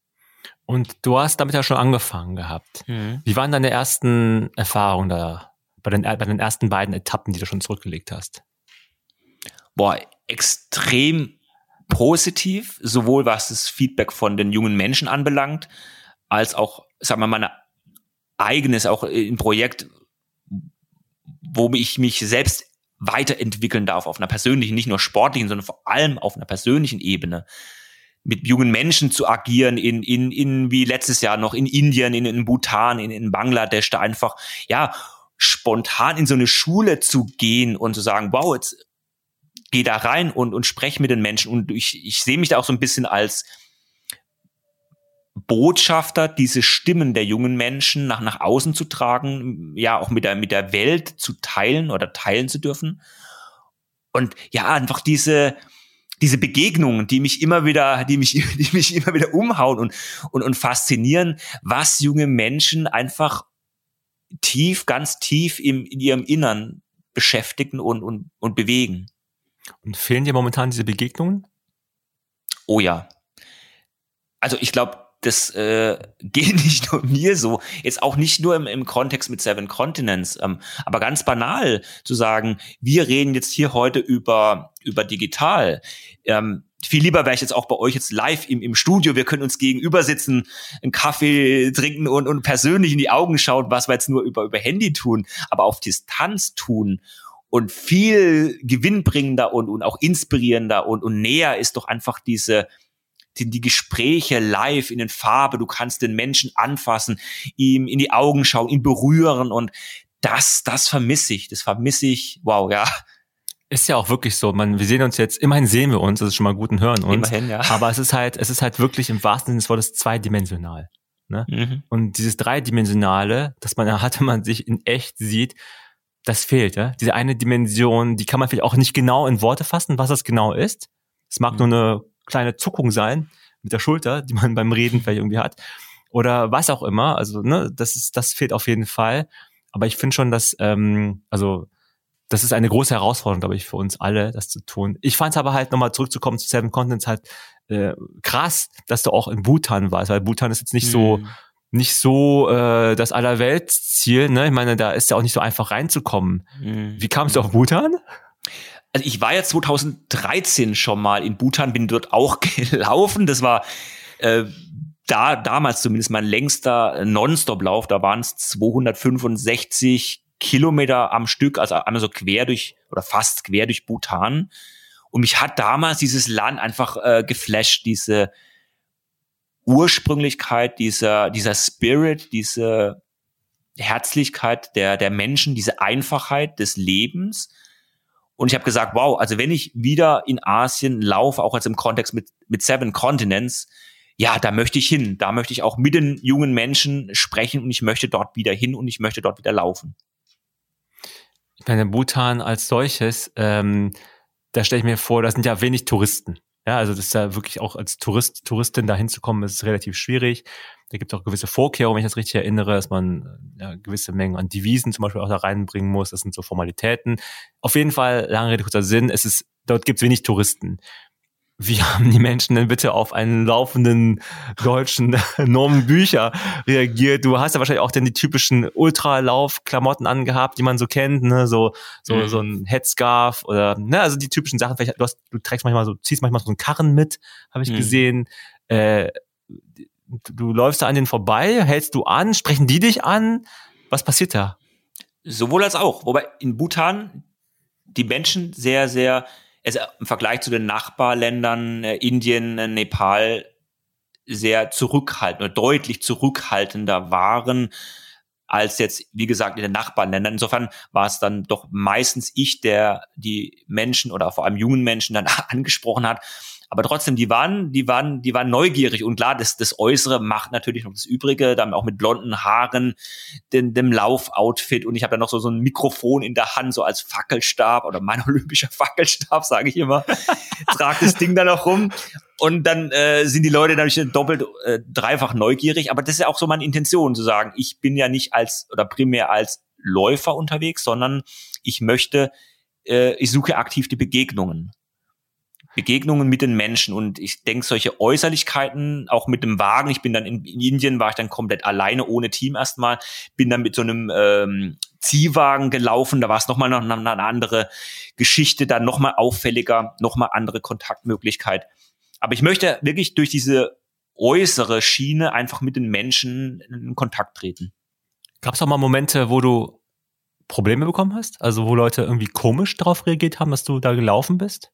Und du hast damit ja schon angefangen gehabt. Mhm. Wie waren deine ersten Erfahrungen da bei den, bei den ersten beiden Etappen, die du schon zurückgelegt hast? Boah, extrem positiv, sowohl was das Feedback von den jungen Menschen anbelangt, als auch, sagen wir mal, mein eigenes, auch ein Projekt, wo ich mich selbst weiterentwickeln darf auf einer persönlichen, nicht nur sportlichen, sondern vor allem auf einer persönlichen Ebene. Mit jungen Menschen zu agieren, in, in, in, wie letztes Jahr noch in Indien, in, in Bhutan, in, in Bangladesch, da einfach, ja, spontan in so eine Schule zu gehen und zu sagen, wow, jetzt geh da rein und, und sprech mit den Menschen. Und ich, ich sehe mich da auch so ein bisschen als Botschafter, diese Stimmen der jungen Menschen nach, nach außen zu tragen, ja, auch mit der, mit der Welt zu teilen oder teilen zu dürfen. Und ja, einfach diese, diese Begegnungen, die mich immer wieder, die mich, die mich immer wieder umhauen und, und, und faszinieren, was junge Menschen einfach tief, ganz tief im, in ihrem Innern beschäftigen und, und, und bewegen. Und fehlen dir momentan diese Begegnungen? Oh ja. Also ich glaube, das äh, geht nicht nur mir so, jetzt auch nicht nur im, im Kontext mit Seven Continents, ähm, aber ganz banal zu sagen, wir reden jetzt hier heute über über digital. Ähm, viel lieber wäre ich jetzt auch bei euch jetzt live im, im Studio, wir können uns gegenüber sitzen, einen Kaffee trinken und, und persönlich in die Augen schauen, was wir jetzt nur über über Handy tun, aber auf Distanz tun. Und viel gewinnbringender und, und auch inspirierender und, und näher ist doch einfach diese Die, die Gespräche live in den Farben, du kannst den Menschen anfassen, ihm in die Augen schauen, ihn berühren und das, das vermisse ich, das vermisse ich, wow, ja. Ist ja auch wirklich so, man, wir sehen uns jetzt, immerhin sehen wir uns, das ist schon mal gut und hören uns. Immerhin, ja. Aber es ist halt, es ist halt wirklich im wahrsten Sinne des Wortes zweidimensional, ne? Mhm. Und dieses Dreidimensionale, das man hat, wenn man sich in echt sieht, das fehlt, ja. Diese eine Dimension, die kann man vielleicht auch nicht genau in Worte fassen, was das genau ist. Es mag mhm. nur eine kleine Zuckung sein mit der Schulter, die man beim Reden vielleicht irgendwie hat oder was auch immer. Also ne, das ist, das fehlt auf jeden Fall. Aber ich finde schon, dass ähm, also das ist eine große Herausforderung, glaube ich, für uns alle, das zu tun. Ich fand es aber halt, nochmal zurückzukommen zu Seven Continents, halt äh, krass, dass du auch in Bhutan warst, weil Bhutan ist jetzt nicht mhm. so nicht so äh, das Allerweltsziel, ne? Ich meine, da ist ja auch nicht so einfach reinzukommen. Mhm. Wie kamst du auf Bhutan? Also ich war ja zwanzig dreizehn schon mal in Bhutan, bin dort auch gelaufen. Das war äh, da damals zumindest mein längster Nonstop-Lauf. Da waren es zweihundertfünfundsechzig Kilometer am Stück, also einmal so quer durch oder fast quer durch Bhutan. Und mich hat damals dieses Land einfach äh, geflasht, diese Ursprünglichkeit, dieser dieser Spirit, diese Herzlichkeit der der Menschen, diese Einfachheit des Lebens. Und ich habe gesagt, wow, also wenn ich wieder in Asien laufe, auch als im Kontext mit mit Seven Continents, ja, da möchte ich hin. Da möchte ich auch mit den jungen Menschen sprechen und ich möchte dort wieder hin und ich möchte dort wieder laufen. Ich meine, Bhutan als solches, ähm, da stelle ich mir vor, da sind ja wenig Touristen. Ja, also das ist ja wirklich auch als Tourist, Touristin da hinzukommen, ist relativ schwierig. Da gibt es auch gewisse Vorkehrungen, wenn ich das richtig erinnere, dass man ja, gewisse Mengen an Devisen zum Beispiel auch da reinbringen muss. Das sind so Formalitäten. Auf jeden Fall, lange Rede, kurzer Sinn, es ist, dort gibt es wenig Touristen. Wie haben die Menschen denn bitte auf einen laufenden deutschen Norman Bücher reagiert? Du hast ja wahrscheinlich auch dann die typischen Ultralauf-Klamotten angehabt, die man so kennt, ne, so so mhm. so ein Headscarf oder ne, also die typischen Sachen. Vielleicht du, hast, du trägst manchmal so, ziehst manchmal so einen Karren mit, habe ich mhm. gesehen. Äh, du, du läufst da an denen vorbei, hältst du an, sprechen die dich an? Was passiert da? Sowohl als auch. Wobei in Bhutan die Menschen sehr, sehr also im Vergleich zu den Nachbarländern äh, Indien, äh, Nepal sehr zurückhaltend oder deutlich zurückhaltender waren als jetzt, wie gesagt, in den Nachbarländern. Insofern war es dann doch meistens ich, der die Menschen oder vor allem jungen Menschen dann angesprochen hat. Aber trotzdem, die waren, die waren, die waren neugierig und klar, das, das Äußere macht natürlich noch das Übrige, dann auch mit blonden Haaren, dem, dem Laufoutfit und ich habe dann noch so, so ein Mikrofon in der Hand, so als Fackelstab oder mein olympischer Fackelstab, sage ich immer, trage das Ding dann noch rum und dann äh, sind die Leute natürlich doppelt, äh, dreifach neugierig, aber das ist ja auch so meine Intention, zu sagen, ich bin ja nicht als oder primär als Läufer unterwegs, sondern ich möchte, äh, ich suche aktiv die Begegnungen. Begegnungen mit den Menschen und ich denke, solche Äußerlichkeiten, auch mit dem Wagen, ich bin dann in, in Indien, war ich dann komplett alleine, ohne Team erstmal, bin dann mit so einem ähm, Ziehwagen gelaufen, da war es nochmal noch eine, eine andere Geschichte, dann nochmal auffälliger, nochmal andere Kontaktmöglichkeit. Aber ich möchte wirklich durch diese äußere Schiene einfach mit den Menschen in Kontakt treten. Gab es auch mal Momente, wo du Probleme bekommen hast? Also wo Leute irgendwie komisch darauf reagiert haben, dass du da gelaufen bist?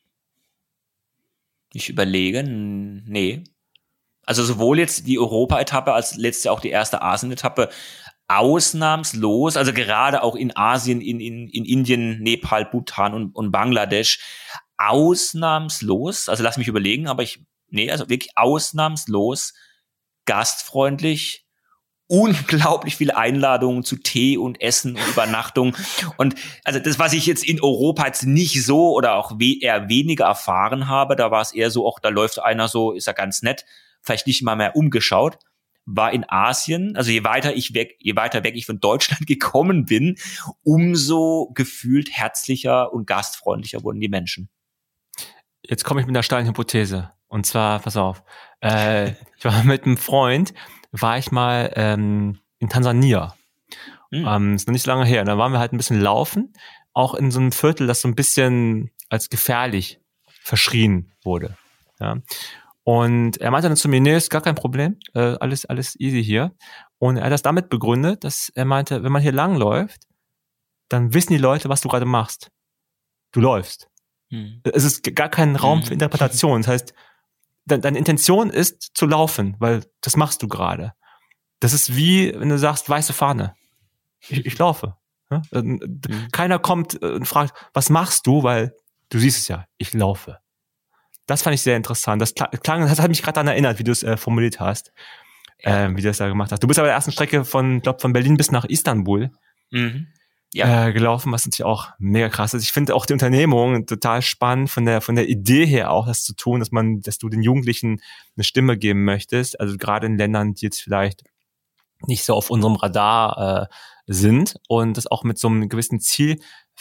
Ich überlege, nee. Also sowohl jetzt die Europa-Etappe als letztes Jahr auch die erste Asien-Etappe ausnahmslos, also gerade auch in Asien, in, in, in Indien, Nepal, Bhutan und, und Bangladesch, ausnahmslos, also lass mich überlegen, aber ich, nee, also wirklich ausnahmslos, gastfreundlich, unglaublich viele Einladungen zu Tee und Essen und Übernachtung. Und also das, was ich jetzt in Europa jetzt nicht so oder auch we- eher weniger erfahren habe, da war es eher so, auch da läuft einer so, ist ja ganz nett, vielleicht nicht mal mehr umgeschaut, war in Asien, also je weiter ich weg, je weiter weg ich von Deutschland gekommen bin, umso gefühlt herzlicher und gastfreundlicher wurden die Menschen. Jetzt komme ich mit einer steilen Hypothese. Und zwar, pass auf, äh, ich war mit einem Freund, war ich mal ähm, in Tansania. Mhm. Ähm, ist noch nicht so lange her. Da waren wir halt ein bisschen laufen, auch in so einem Viertel, das so ein bisschen als gefährlich verschrien wurde. Ja. Und er meinte dann zu mir, nee, ist gar kein Problem, äh, alles alles easy hier. Und er hat das damit begründet, dass er meinte, wenn man hier langläuft, dann wissen die Leute, was du gerade machst. Du läufst. Mhm. Es ist gar kein Raum mhm. für Interpretation. Das heißt, deine Intention ist zu laufen, weil das machst du gerade. Das ist wie, wenn du sagst, weiße Fahne. Ich, ich laufe. Ja? Mhm. Keiner kommt und fragt, was machst du, weil du siehst es ja, ich laufe. Das fand ich sehr interessant. Das klang, das hat mich gerade daran erinnert, wie du es äh, formuliert hast, ja. äh, wie du das da gemacht hast. Du bist aber der ersten Strecke von, glaub, von Berlin bis nach Istanbul mhm. ja. äh, gelaufen, was natürlich auch mega krass ist. Ich finde auch die Unternehmung total spannend von der von der Idee her auch, das zu tun, dass man, dass du den Jugendlichen eine Stimme geben möchtest. Also gerade in Ländern, die jetzt vielleicht nicht so auf unserem Radar äh, sind und das auch mit so einem gewissen Ziel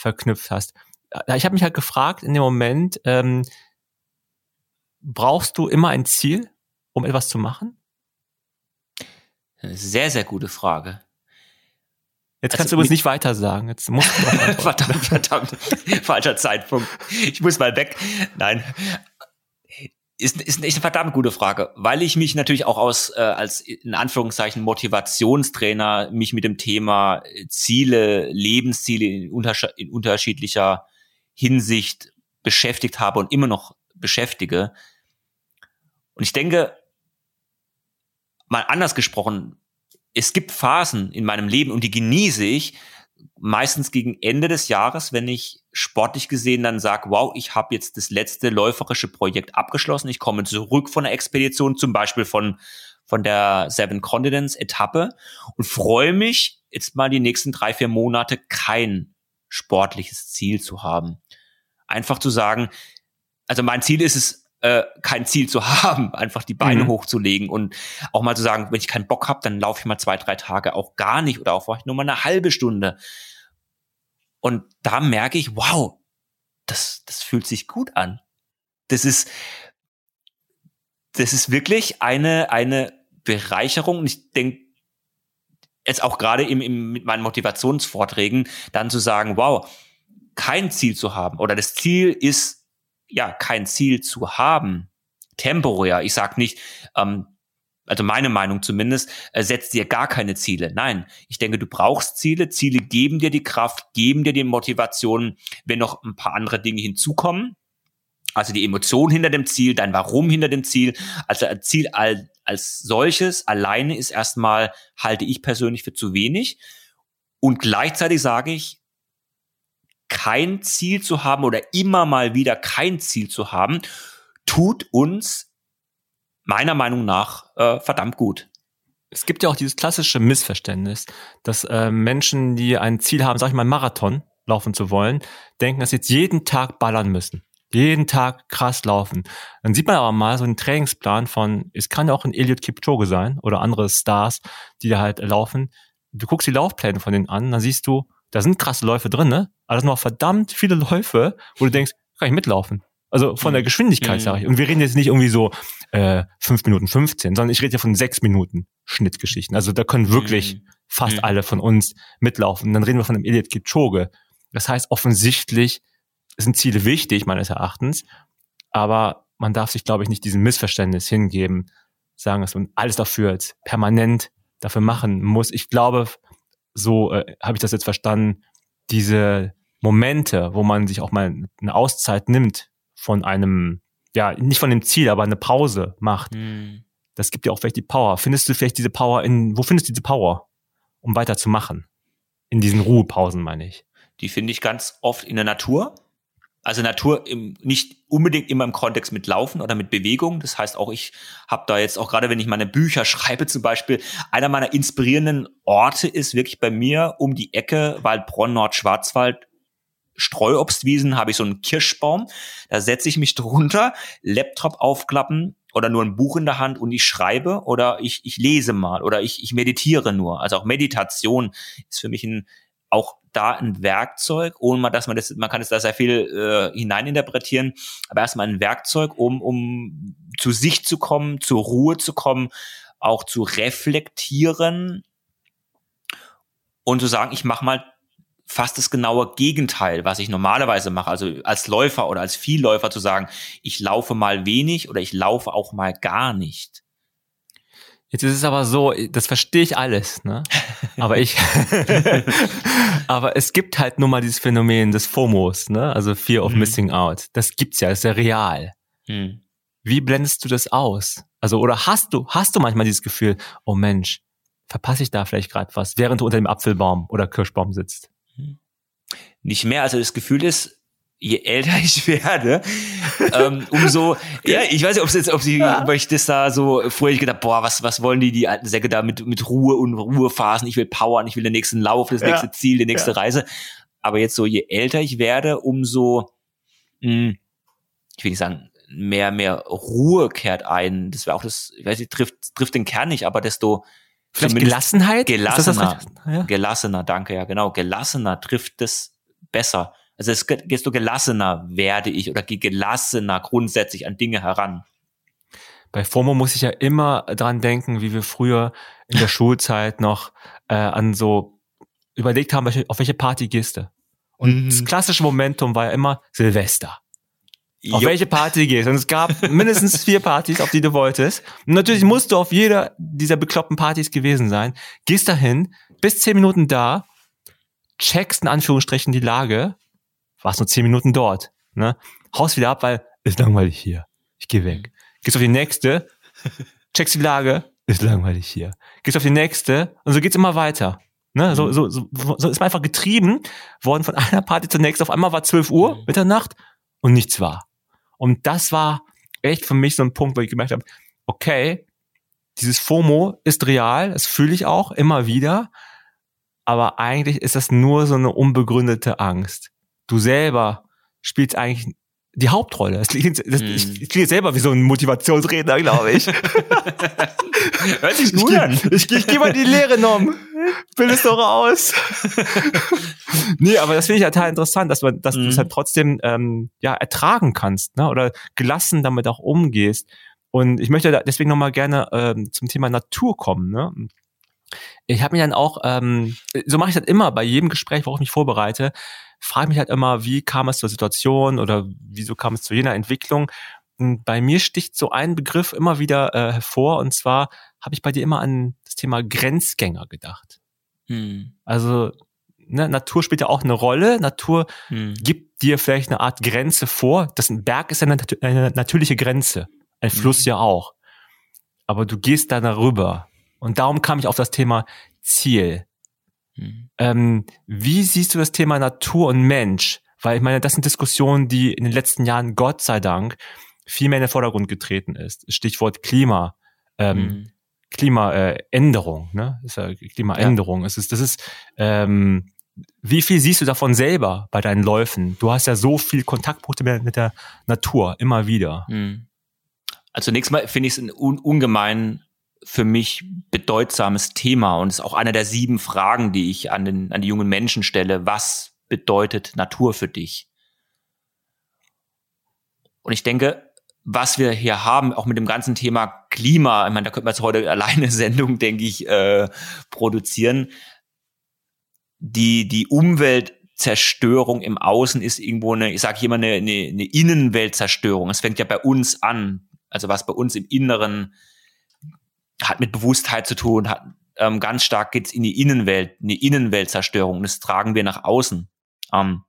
verknüpft hast. Ich habe mich halt gefragt in dem Moment, ähm, brauchst du immer ein Ziel, um etwas zu machen? Sehr, sehr gute Frage. Jetzt kannst also, du übrigens nicht weiter sagen. Jetzt musst du verdammt, verdammt. Falscher Zeitpunkt. Ich muss mal weg. Nein. Ist, ist echt eine verdammt gute Frage, weil ich mich natürlich auch aus äh, als in Anführungszeichen Motivationstrainer mich mit dem Thema Ziele, Lebensziele in, untersche- in unterschiedlicher Hinsicht beschäftigt habe und immer noch beschäftige. Und ich denke, mal anders gesprochen, es gibt Phasen in meinem Leben und die genieße ich meistens gegen Ende des Jahres, wenn ich sportlich gesehen dann sage, wow, ich habe jetzt das letzte läuferische Projekt abgeschlossen, ich komme zurück von der Expedition, zum Beispiel von von der Seven Continents Etappe und freue mich jetzt mal die nächsten drei, vier Monate kein sportliches Ziel zu haben. Einfach zu sagen, also mein Ziel ist es, äh, kein Ziel zu haben, einfach die Beine mhm. hochzulegen und auch mal zu sagen, wenn ich keinen Bock habe, dann laufe ich mal zwei, drei Tage auch gar nicht oder auch vielleicht nur mal eine halbe Stunde. Und da merke ich, wow, das, das fühlt sich gut an. Das ist, das ist wirklich eine, eine Bereicherung. Und ich denke, jetzt auch gerade im, im, mit meinen Motivationsvorträgen, dann zu sagen, wow, kein Ziel zu haben oder das Ziel ist, ja, kein Ziel zu haben, temporär. Ich sag nicht, ähm, also meine Meinung zumindest, äh, setzt dir gar keine Ziele. Nein, ich denke, du brauchst Ziele. Ziele geben dir die Kraft, geben dir die Motivation, wenn noch ein paar andere Dinge hinzukommen. Also die Emotion hinter dem Ziel, dein Warum hinter dem Ziel. Also ein Ziel als, als solches alleine ist erstmal, halte ich persönlich für zu wenig. Und gleichzeitig sage ich, kein Ziel zu haben oder immer mal wieder kein Ziel zu haben, tut uns meiner Meinung nach äh, verdammt gut. Es gibt ja auch dieses klassische Missverständnis, dass äh, Menschen, die ein Ziel haben, sag ich mal, einen Marathon laufen zu wollen, denken, dass sie jetzt jeden Tag ballern müssen. Jeden Tag krass laufen. Dann sieht man aber mal so einen Trainingsplan von, es kann ja auch ein Eliud Kipchoge sein oder andere Stars, die da halt laufen. Du guckst die Laufpläne von denen an, dann siehst du, da sind krasse Läufe drin, ne? Aber das sind noch verdammt viele Läufe, wo du denkst, kann ich mitlaufen? Also von der Geschwindigkeit, Mhm. sage ich. Und wir reden jetzt nicht irgendwie so äh, fünf Minuten fünfzehn, sondern ich rede ja von sechs Minuten Schnittgeschichten. Also da können wirklich Mhm. fast Mhm. alle von uns mitlaufen. Und dann reden wir von einem Eliud Kipchoge. Das heißt, offensichtlich sind Ziele wichtig, meines Erachtens. Aber man darf sich, glaube ich, nicht diesem Missverständnis hingeben, sagen, dass man alles dafür jetzt permanent dafür machen muss. Ich glaube, so äh, habe ich das jetzt verstanden, diese Momente, wo man sich auch mal eine Auszeit nimmt von einem, ja, nicht von dem Ziel, aber eine Pause macht, Mhm. das gibt dir auch vielleicht die Power. Findest du vielleicht diese Power in, wo findest du diese Power, um weiterzumachen? In diesen Ruhepausen, meine ich. Die finde ich ganz oft in der Natur. Also Natur im, nicht unbedingt immer im Kontext mit Laufen oder mit Bewegung. Das heißt auch, ich habe da jetzt auch gerade, wenn ich meine Bücher schreibe zum Beispiel, einer meiner inspirierenden Orte ist wirklich bei mir um die Ecke, Waldbronn, Nordschwarzwald, Streuobstwiesen, habe ich so einen Kirschbaum. Da setze ich mich drunter, Laptop aufklappen oder nur ein Buch in der Hand und ich schreibe oder ich, ich lese mal oder ich, ich meditiere nur. Also auch Meditation ist für mich ein auch da ein Werkzeug, ohne mal, dass man das, man kann es da sehr viel äh, hineininterpretieren, aber erstmal ein Werkzeug, um um zu sich zu kommen, zur Ruhe zu kommen, auch zu reflektieren und zu sagen, ich mache mal fast das genaue Gegenteil, was ich normalerweise mache. Also als Läufer oder als Vielläufer zu sagen, ich laufe mal wenig oder ich laufe auch mal gar nicht. Jetzt ist es aber so, das verstehe ich alles, ne? Aber ich, aber es gibt halt nur mal dieses Phänomen des FOMOs, ne? Also Fear of Mhm. Missing Out. Das gibt's ja, das ist ja real. Hm. Wie blendest du das aus? Also, oder hast du, hast du manchmal dieses Gefühl, oh Mensch, verpasse ich da vielleicht gerade was, während du unter dem Apfelbaum oder Kirschbaum sitzt? Nicht mehr, also das Gefühl ist, je älter ich werde, ähm, umso, ja, ich weiß nicht, ob es jetzt, ob sie, ob ich das da so, vorher ich gedacht, boah, was, was wollen die, die alten Säcke da mit, mit Ruhe und Ruhephasen, ich will powern, ich will den nächsten Lauf, das Ja. nächste Ziel, die nächste Ja. Reise. Aber jetzt so, je älter ich werde, umso, mh, ich will nicht sagen, mehr, mehr Ruhe kehrt ein. Das wäre auch das, ich weiß nicht, trifft, trifft den Kern nicht, aber desto, Vielleicht zumindest Gelassenheit? Ist das das gelassener, Recht? Ja. gelassener, danke, ja, genau, gelassener trifft das besser. Also es, desto gelassener werde ich oder gehe gelassener grundsätzlich an Dinge heran. Bei FOMO muss ich ja immer dran denken, wie wir früher in der Schulzeit noch äh, an so überlegt haben, welche, auf welche Party gehst du. Und mhm. das klassische Momentum war ja immer Silvester. Jo. Auf welche Party gehst du? Und es gab mindestens vier Partys, auf die du wolltest. Und natürlich musst du auf jeder dieser bekloppten Partys gewesen sein. Gehst dahin, bist zehn Minuten da, checkst in Anführungsstrichen die Lage, warst nur zehn Minuten dort. Ne? Haust wieder ab, weil ist langweilig hier. Ich gehe weg. Gehst auf die nächste, checkst die Lage, ist langweilig hier. Gehst auf die nächste und so geht's immer weiter. Ne? So, so, so, so ist man einfach getrieben worden von einer Party zur nächsten. Auf einmal war zwölf Uhr, Mitternacht und nichts war. Und das war echt für mich so ein Punkt, wo ich gemerkt habe, okay, dieses FOMO ist real, das fühle ich auch immer wieder, aber eigentlich ist das nur so eine unbegründete Angst. Du selber spielst eigentlich die Hauptrolle. Das klingt, das, hm. Ich klinge selber wie so ein Motivationsredner, glaube ich. Hört sich gut an. Ich, ich, ich gehe mal die Lehre nom. Bild es doch aus. Nee, aber das finde ich ja total interessant, dass man, dass mhm. du es halt trotzdem ähm, ja ertragen kannst, ne? Oder gelassen damit auch umgehst. Und ich möchte da deswegen nochmal gerne ähm, zum Thema Natur kommen, ne? Ich habe mich dann auch, ähm, so mache ich das immer bei jedem Gespräch, worauf ich mich vorbereite, frage mich halt immer, wie kam es zur Situation oder wieso kam es zu jener Entwicklung. Und bei mir sticht so ein Begriff immer wieder äh, hervor, und zwar habe ich bei dir immer an das Thema Grenzgänger gedacht. Hm. Also ne, Natur spielt ja auch eine Rolle. Natur hm. gibt dir vielleicht eine Art Grenze vor. Das ein Berg ist ja eine, eine natürliche Grenze, ein Fluss hm. ja auch. Aber du gehst da darüber. Und darum kam ich auf das Thema Ziel. Hm. Ähm, wie siehst du das Thema Natur und Mensch? Weil ich meine, das sind Diskussionen, die in den letzten Jahren, Gott sei Dank, viel mehr in den Vordergrund getreten ist. Stichwort Klima, ähm, hm. Klimaänderung, äh, ne? Das ist ja Klimaänderung. Ja. Es ist, das ist, ähm, wie viel siehst du davon selber bei deinen Läufen? Du hast ja so viel Kontaktpunkte mit der Natur, immer wieder. Hm. Also zunächst mal finde ich es ein un- ungemein für mich bedeutsames Thema und ist auch einer der sieben Fragen, die ich an den, an die jungen Menschen stelle. Was bedeutet Natur für dich? Und ich denke, was wir hier haben, auch mit dem ganzen Thema Klima, ich meine, da könnte man jetzt heute alleine eine Sendung, denke ich, äh, produzieren. Die, die Umweltzerstörung im Außen ist irgendwo eine, ich sage hier mal, eine, eine, eine Innenweltzerstörung. Es fängt ja bei uns an. Also was bei uns im Inneren hat mit Bewusstheit zu tun, hat ähm, ganz stark geht's in die Innenwelt, eine Innenweltzerstörung. Und das tragen wir nach außen. Ähm,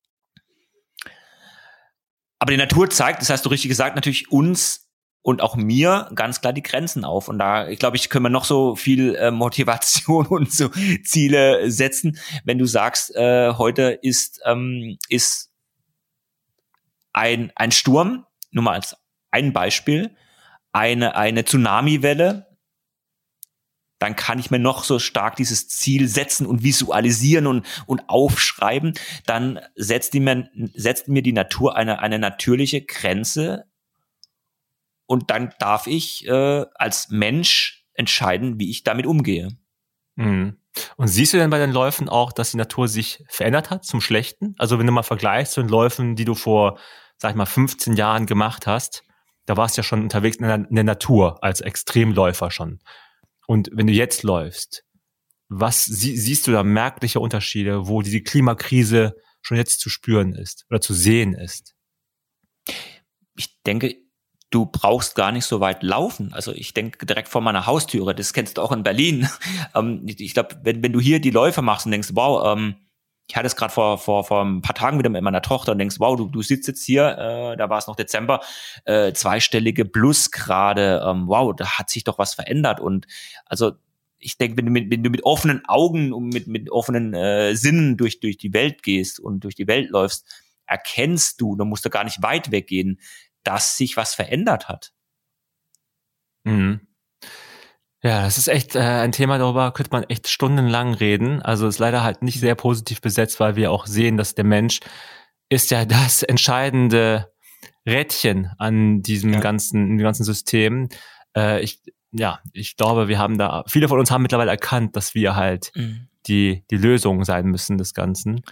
aber die Natur zeigt, das hast du richtig gesagt, natürlich uns und auch mir ganz klar die Grenzen auf. Und da, ich glaube, ich können wir noch so viel äh, Motivation und so Ziele setzen. Wenn du sagst, äh, heute ist ähm, ist ein ein Sturm, nur mal als ein Beispiel, eine eine Tsunamiwelle, dann kann ich mir noch so stark dieses Ziel setzen und visualisieren und, und aufschreiben. Dann setzt, die mir, setzt mir die Natur eine, eine natürliche Grenze. Und dann darf ich äh, als Mensch entscheiden, wie ich damit umgehe. Mhm. Und siehst du denn bei den Läufen auch, dass die Natur sich verändert hat zum Schlechten? Also wenn du mal vergleichst zu den Läufen, die du vor, sag ich mal, fünfzehn Jahren gemacht hast, da warst du ja schon unterwegs in der, in der Natur als Extremläufer schon. Und wenn du jetzt läufst, was sie, siehst du da merkliche Unterschiede, wo diese Klimakrise schon jetzt zu spüren ist oder zu sehen ist? Ich denke, du brauchst gar nicht so weit laufen. Also ich denke direkt vor meiner Haustüre, das kennst du auch in Berlin. Ähm, ich glaube, wenn, wenn du hier die Läufe machst und denkst, wow, ähm, ich hatte es gerade vor, vor, vor ein paar Tagen wieder mit meiner Tochter und denkst, wow, du, du sitzt jetzt hier, äh, da war es noch Dezember, äh, zweistellige Plusgrade, ähm, wow, da hat sich doch was verändert. Und also ich denke, wenn du mit, wenn du mit offenen Augen und mit, mit offenen äh, Sinnen durch, durch die Welt gehst und durch die Welt läufst, erkennst du, da musst du gar nicht weit weggehen, dass sich was verändert hat. Mhm. Ja, das ist echt äh, ein Thema, darüber könnte man echt stundenlang reden. Also ist leider halt nicht sehr positiv besetzt, weil wir auch sehen, dass der Mensch ist ja das entscheidende Rädchen an diesem ja. ganzen, in dem ganzen System. Äh, ich, ja, ich glaube, wir haben da, viele von uns haben mittlerweile erkannt, dass wir halt mhm. die, die Lösung sein müssen des Ganzen.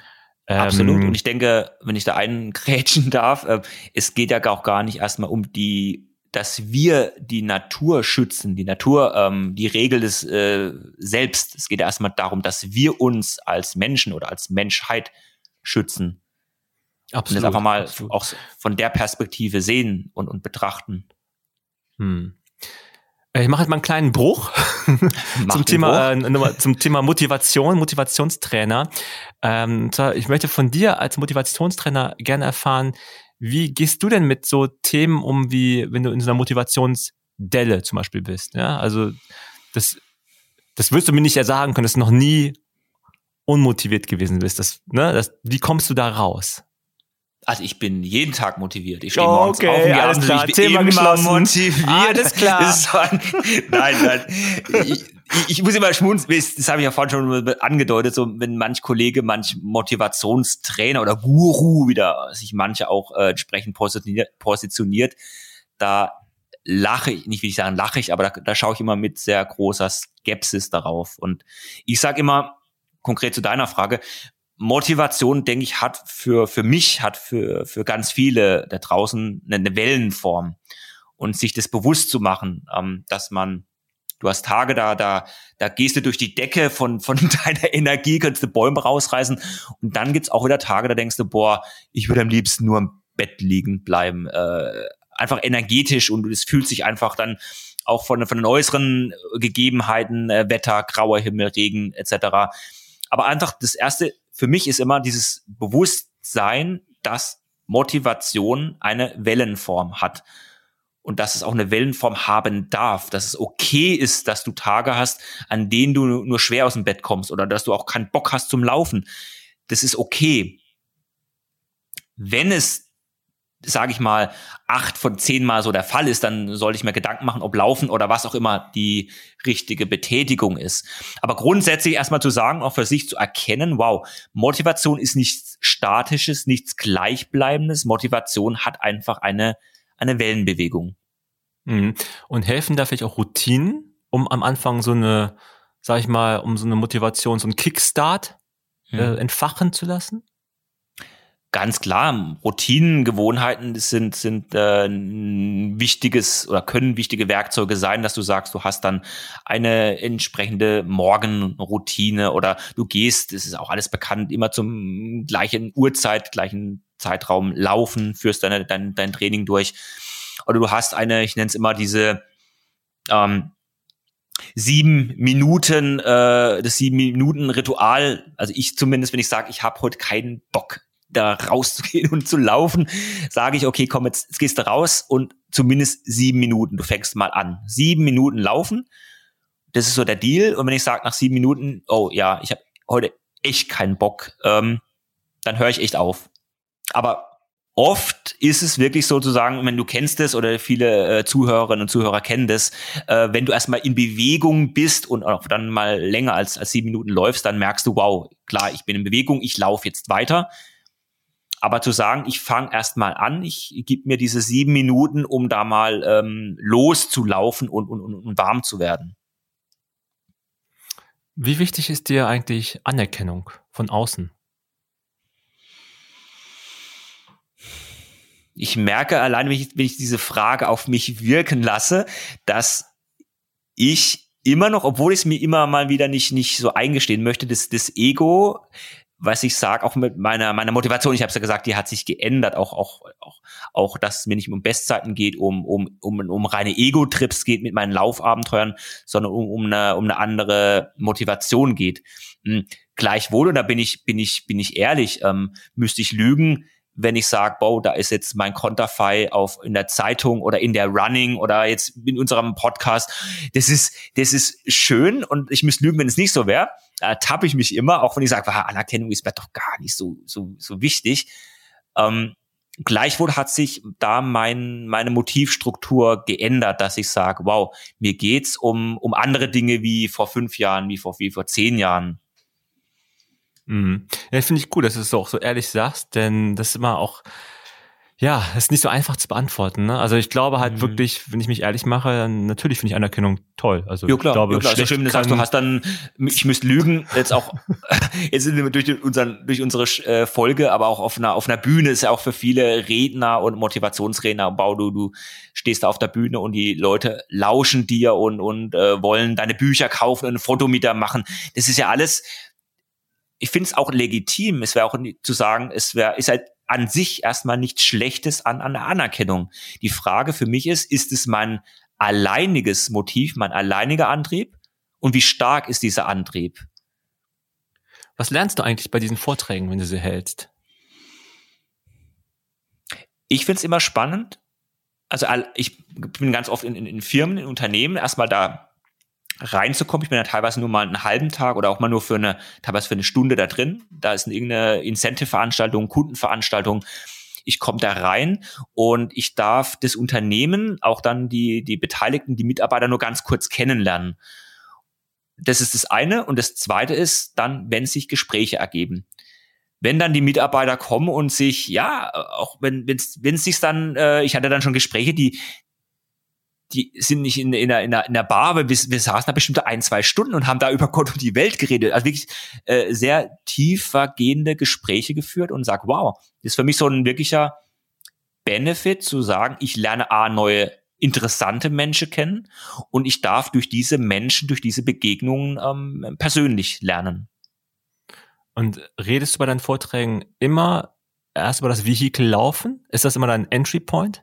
Absolut. Ähm, Und ich denke, wenn ich da einen grätschen darf, äh, es geht ja auch gar nicht erstmal um die, dass wir die Natur schützen, die Natur, ähm, die Regel des äh, Selbst. Es geht ja erstmal darum, dass wir uns als Menschen oder als Menschheit schützen. absolut, und das einfach mal absolut. auch von der Perspektive sehen und, und betrachten. Hm. Ich mache jetzt mal einen kleinen Bruch Mach zum den Thema, Bruch. äh, nochmal zum Thema Motivation, Motivationstrainer. Ähm, zwar, ich möchte von dir als Motivationstrainer gerne erfahren, wie gehst du denn mit so Themen um, wie wenn du in so einer Motivationsdelle zum Beispiel bist? Ja, also das, das wirst du mir nicht ja sagen können, dass du noch nie unmotiviert gewesen bist. Das, ne, das, wie kommst du da raus? Also ich bin jeden Tag motiviert. Ich stehe Oh, morgens okay, auf und alles abends, klar, ich bin Thema immer geschlossen. motiviert. Alles klar. Das ist so ein, nein, nein. Ich, ich, ich muss immer schmunzeln, das habe ich ja vorhin schon angedeutet, so wenn manch Kollege, manch Motivationstrainer oder Guru, wie da sich manche auch äh, entsprechend positioniert, positioniert, da lache ich, nicht will ich sagen lache ich, aber da, da schaue ich immer mit sehr großer Skepsis darauf. Und ich sage immer, konkret zu deiner Frage, Motivation, denke ich, hat für für mich, hat für für ganz viele da draußen eine, eine Wellenform. Und sich das bewusst zu machen, ähm, dass man, du hast Tage, da da da gehst du durch die Decke von von deiner Energie, kannst du Bäume rausreißen. Und dann gibt's auch wieder Tage, da denkst du, boah, ich würde am liebsten nur im Bett liegen bleiben. Äh, einfach energetisch, und es fühlt sich einfach dann auch von, von den äußeren Gegebenheiten, äh, Wetter, grauer Himmel, Regen et cetera. Aber einfach das Erste für mich ist immer dieses Bewusstsein, dass Motivation eine Wellenform hat und dass es auch eine Wellenform haben darf, dass es okay ist, dass du Tage hast, an denen du nur schwer aus dem Bett kommst oder dass du auch keinen Bock hast zum Laufen. Das ist okay. Wenn es, sage ich mal, acht von zehn Mal so der Fall ist, dann sollte ich mir Gedanken machen, ob Laufen oder was auch immer die richtige Betätigung ist. Aber grundsätzlich erstmal zu sagen, auch für sich zu erkennen, wow, Motivation ist nichts Statisches, nichts Gleichbleibendes. Motivation hat einfach eine, eine Wellenbewegung. Mhm. Und helfen da vielleicht auch Routinen, um am Anfang so eine, sag ich mal, um so eine Motivation, so einen Kickstart äh, Hm. entfachen zu lassen? Ganz klar, Routinen, Gewohnheiten, das sind, sind äh, ein wichtiges oder können wichtige Werkzeuge sein, dass du sagst, du hast dann eine entsprechende Morgenroutine oder du gehst, das ist auch alles bekannt, immer zum gleichen Uhrzeit, gleichen Zeitraum laufen, führst deine, dein, dein Training durch. Oder du hast eine, ich nenne es immer diese ähm, sieben Minuten, äh, das sieben Minuten Ritual. Also ich zumindest, wenn ich sage, ich habe heute keinen Bock, da rauszugehen und zu laufen, sage ich, okay, komm, jetzt, jetzt gehst du raus und zumindest sieben Minuten, du fängst mal an. Sieben Minuten laufen, das ist so der Deal. Und wenn ich sage nach sieben Minuten, oh ja, ich habe heute echt keinen Bock, ähm, dann höre ich echt auf. Aber oft ist es wirklich sozusagen, wenn du kennst es oder viele äh, Zuhörerinnen und Zuhörer kennen das, äh, wenn du erstmal in Bewegung bist und auch dann mal länger als, als sieben Minuten läufst, dann merkst du, wow, klar, ich bin in Bewegung, ich laufe jetzt weiter. Aber zu sagen, ich fange erst mal an, ich gebe mir diese sieben Minuten, um da mal ähm, loszulaufen und, und, und warm zu werden. Wie wichtig ist dir eigentlich Anerkennung von außen? Ich merke allein, wenn ich, wenn ich diese Frage auf mich wirken lasse, dass ich immer noch, obwohl ich es mir immer mal wieder nicht, nicht so eingestehen möchte, das, das Ego, was ich sage, auch mit meiner meiner Motivation, ich habe es ja gesagt, die hat sich geändert, auch auch auch auch, dass es mir nicht um Bestzeiten geht, um um um um reine Ego-Trips geht mit meinen Laufabenteuern, sondern um um eine um eine andere Motivation geht. Hm, gleichwohl, und da bin ich bin ich bin ich ehrlich, ähm, müsste ich lügen, wenn ich sage, boah, da ist jetzt mein Konterfei auf in der Zeitung oder in der Running oder jetzt in unserem Podcast. Das ist das ist schön, und ich müsste lügen, wenn es nicht so wäre. Da tappe ich mich immer, auch wenn ich sage, Anerkennung ist mir doch gar nicht so so so wichtig. Ähm, gleichwohl hat sich da mein meine Motivstruktur geändert, dass ich sage, wow, mir geht's um um andere Dinge wie vor fünf Jahren, wie vor wie vor zehn Jahren. Mhm. Ja, finde ich gut, dass du es auch so ehrlich sagst, denn das ist immer auch, Ja, ist nicht so einfach zu beantworten. Ne? Also ich glaube halt mhm. wirklich, wenn ich mich ehrlich mache, dann natürlich finde ich Anerkennung toll. Also ja, klar, ich glaube, ja, klar. schlecht Schlimm, das heißt, du hast dann, ich müsste lügen, jetzt auch jetzt sind wir durch unseren durch unsere äh, Folge, aber auch auf einer auf einer Bühne ist ja auch für viele Redner und Motivationsredner, Bau, du du stehst da auf der Bühne und die Leute lauschen dir und und äh, wollen deine Bücher kaufen und ein Foto mit dir machen. Das ist ja alles. Ich finde es auch legitim. Es wäre auch zu sagen, es wäre ist halt an sich erstmal nichts Schlechtes an, an der Anerkennung. Die Frage für mich ist, ist es mein alleiniges Motiv, mein alleiniger Antrieb? Und wie stark ist dieser Antrieb? Was lernst du eigentlich bei diesen Vorträgen, wenn du sie hältst? Ich finde es immer spannend. Also ich bin ganz oft in, in, in Firmen, in Unternehmen, erstmal da reinzukommen. Ich bin ja teilweise nur mal einen halben Tag oder auch mal nur für eine, teilweise für eine Stunde da drin. Da ist irgendeine Incentive-Veranstaltung, Kundenveranstaltung. Ich komme da rein und ich darf das Unternehmen, auch dann die, die Beteiligten, die Mitarbeiter nur ganz kurz kennenlernen. Das ist das eine. Und das zweite ist dann, wenn sich Gespräche ergeben. Wenn dann die Mitarbeiter kommen und sich, ja, auch wenn es wenn es sich dann, äh, ich hatte dann schon Gespräche, die die sind nicht in, in, der, in, der, in der Bar, aber wir, wir saßen da bestimmt ein, zwei Stunden und haben da über Gott und die Welt geredet. Also wirklich äh, sehr tiefergehende Gespräche geführt und sag, wow, das ist für mich so ein wirklicher Benefit zu sagen, ich lerne A, neue interessante Menschen kennen und ich darf durch diese Menschen, durch diese Begegnungen ähm, persönlich lernen. Und redest du bei deinen Vorträgen immer erst über das Vehikel Laufen? Ist das immer dein Entry Point?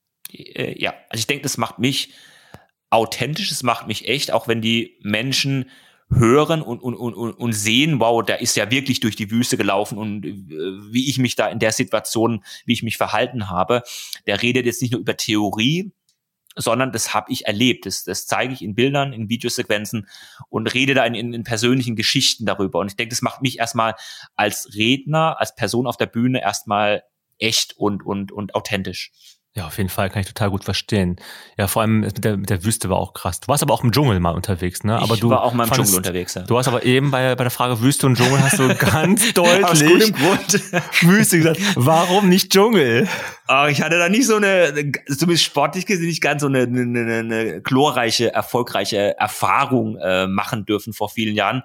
Ja, also ich denke, das macht mich authentisch, es macht mich echt, auch wenn die Menschen hören und, und, und, und sehen, wow, der ist ja wirklich durch die Wüste gelaufen und äh, wie ich mich da in der Situation, wie ich mich verhalten habe, der redet jetzt nicht nur über Theorie, sondern das habe ich erlebt, das, das zeige ich in Bildern, in Videosequenzen und rede da in, in, in persönlichen Geschichten darüber und ich denke, das macht mich erstmal als Redner, als Person auf der Bühne erstmal echt und, und, und authentisch. Ja, auf jeden Fall, kann ich total gut verstehen. Ja, vor allem mit der, mit der Wüste war auch krass. Du warst aber auch im Dschungel mal unterwegs, ne? Aber ich du war auch mal im fandest, Dschungel unterwegs, ja. Du hast aber eben bei, bei der Frage Wüste und Dschungel hast du ganz deutlich aus gutem Grund Wüste gesagt. Warum nicht Dschungel? Oh, ich hatte da nicht so eine, zumindest sportlich gesehen, nicht ganz so eine, eine, eine glorreiche, erfolgreiche Erfahrung äh, machen dürfen vor vielen Jahren.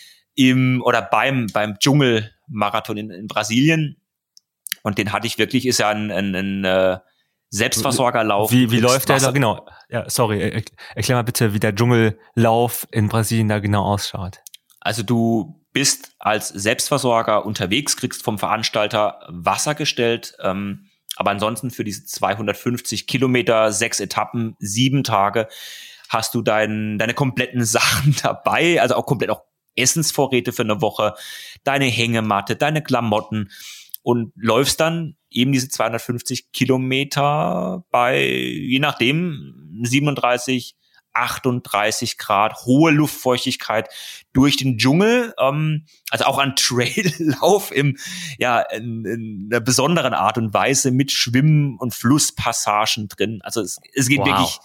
Im, oder beim, beim Dschungelmarathon in, in Brasilien. Und den hatte ich wirklich, ist ja ein, ein, ein, ein Selbstversorgerlauf. Wie, wie läuft der da genau? Ja, sorry, erklär mal bitte, wie der Dschungellauf in Brasilien da genau ausschaut. Also du bist als Selbstversorger unterwegs, kriegst vom Veranstalter Wasser gestellt, ähm, aber ansonsten für diese zweihundertfünfzig Kilometer, sechs Etappen, sieben Tage hast du dein, deine kompletten Sachen dabei, also auch komplett auch Essensvorräte für eine Woche, deine Hängematte, deine Klamotten und läufst dann eben diese zweihundertfünfzig Kilometer bei, je nachdem, siebenunddreißig, achtunddreißig Grad, hohe Luftfeuchtigkeit durch den Dschungel, ähm, also auch ein Traillauf im, ja, in, in einer besonderen Art und Weise mit Schwimmen und Flusspassagen drin. Also es, es geht wow. wirklich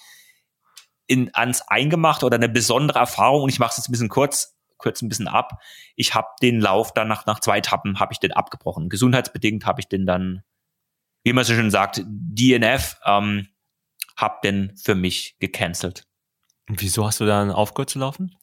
in, ans Eingemachte oder eine besondere Erfahrung und ich mache es jetzt ein bisschen kurz, kürze ein bisschen ab. Ich habe den Lauf dann nach, nach zwei Etappen habe ich den abgebrochen. Gesundheitsbedingt habe ich den dann, wie man so schön sagt, D N F, ähm, habe den für mich gecancelt. Und wieso hast du dann aufgehört zu laufen?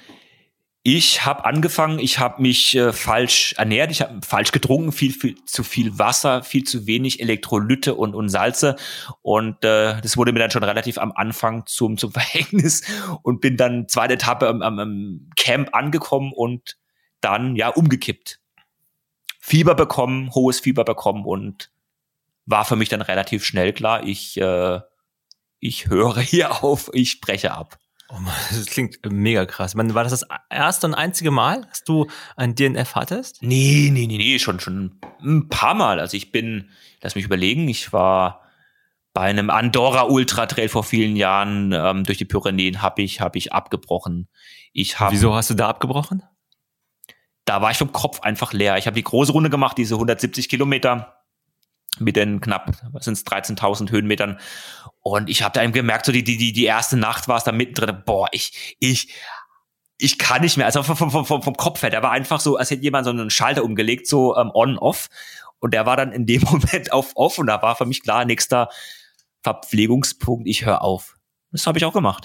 Ich habe angefangen, ich habe mich äh, falsch ernährt, ich habe falsch getrunken, viel, viel zu viel Wasser, viel zu wenig Elektrolyte und, und Salze und äh, das wurde mir dann schon relativ am Anfang zum, zum Verhängnis und bin dann zweite Etappe am, am, am Camp angekommen und dann ja umgekippt. Fieber bekommen, hohes Fieber bekommen und war für mich dann relativ schnell klar, ich, äh, ich höre hier auf, ich breche ab. Oh Mann, das klingt mega krass. Man, war das das erste und einzige Mal, dass du ein D N F hattest? Nee, nee, nee, nee, schon, schon ein paar Mal. Also ich bin, lass mich überlegen, ich war bei einem Andorra Ultra Trail vor vielen Jahren ähm, durch die Pyrenäen, habe ich, hab ich abgebrochen. Ich hab, Wieso hast du da abgebrochen? Da war ich vom Kopf einfach leer. Ich habe die große Runde gemacht, diese hundertsiebzig Kilometer mit den knapp, was sind es, dreizehntausend Höhenmetern. Und ich habe da eben gemerkt, so die, die, die erste Nacht war es da mittendrin, boah, ich, ich, ich kann nicht mehr, also vom, vom, vom, vom Kopf her, der war einfach so, als hätte jemand so einen Schalter umgelegt, so ähm, on-off. Und der war dann in dem Moment auf off und da war für mich klar, nächster Verpflegungspunkt, ich höre auf. Das habe ich auch gemacht.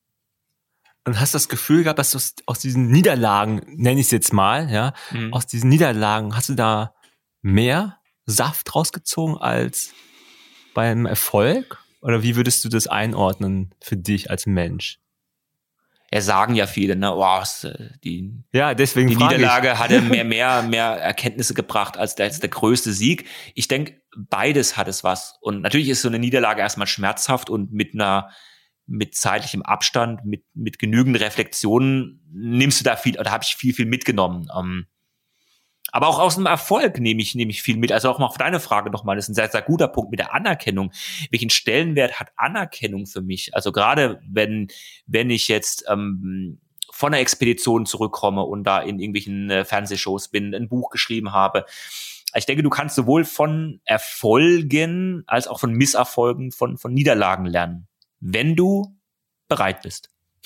Und hast das Gefühl gehabt, dass du aus diesen Niederlagen, nenne ich es jetzt mal, ja, mhm. aus diesen Niederlagen, hast du da mehr Saft rausgezogen als beim Erfolg? Oder wie würdest du das einordnen für dich als Mensch? Ja, sagen ja viele, ne, wow, die, ja, deswegen die Niederlage hatte mehr, mehr, mehr Erkenntnisse gebracht als der, als der größte Sieg. Ich denke, beides hat es was. Und natürlich ist so eine Niederlage erstmal schmerzhaft und mit einer, mit zeitlichem Abstand, mit, mit genügend Reflexionen nimmst du da viel, oder habe ich viel, viel mitgenommen. Ähm, aber auch aus dem Erfolg nehme ich, nehme ich viel mit. Also auch mal auf deine Frage nochmal, das ist ein sehr, sehr guter Punkt mit der Anerkennung. Welchen Stellenwert hat Anerkennung für mich? Also gerade wenn, wenn ich jetzt ähm, von einer Expedition zurückkomme und da in irgendwelchen äh, Fernsehshows bin, ein Buch geschrieben habe. Ich denke, du kannst sowohl von Erfolgen als auch von Misserfolgen, von, von Niederlagen lernen, wenn du bereit bist.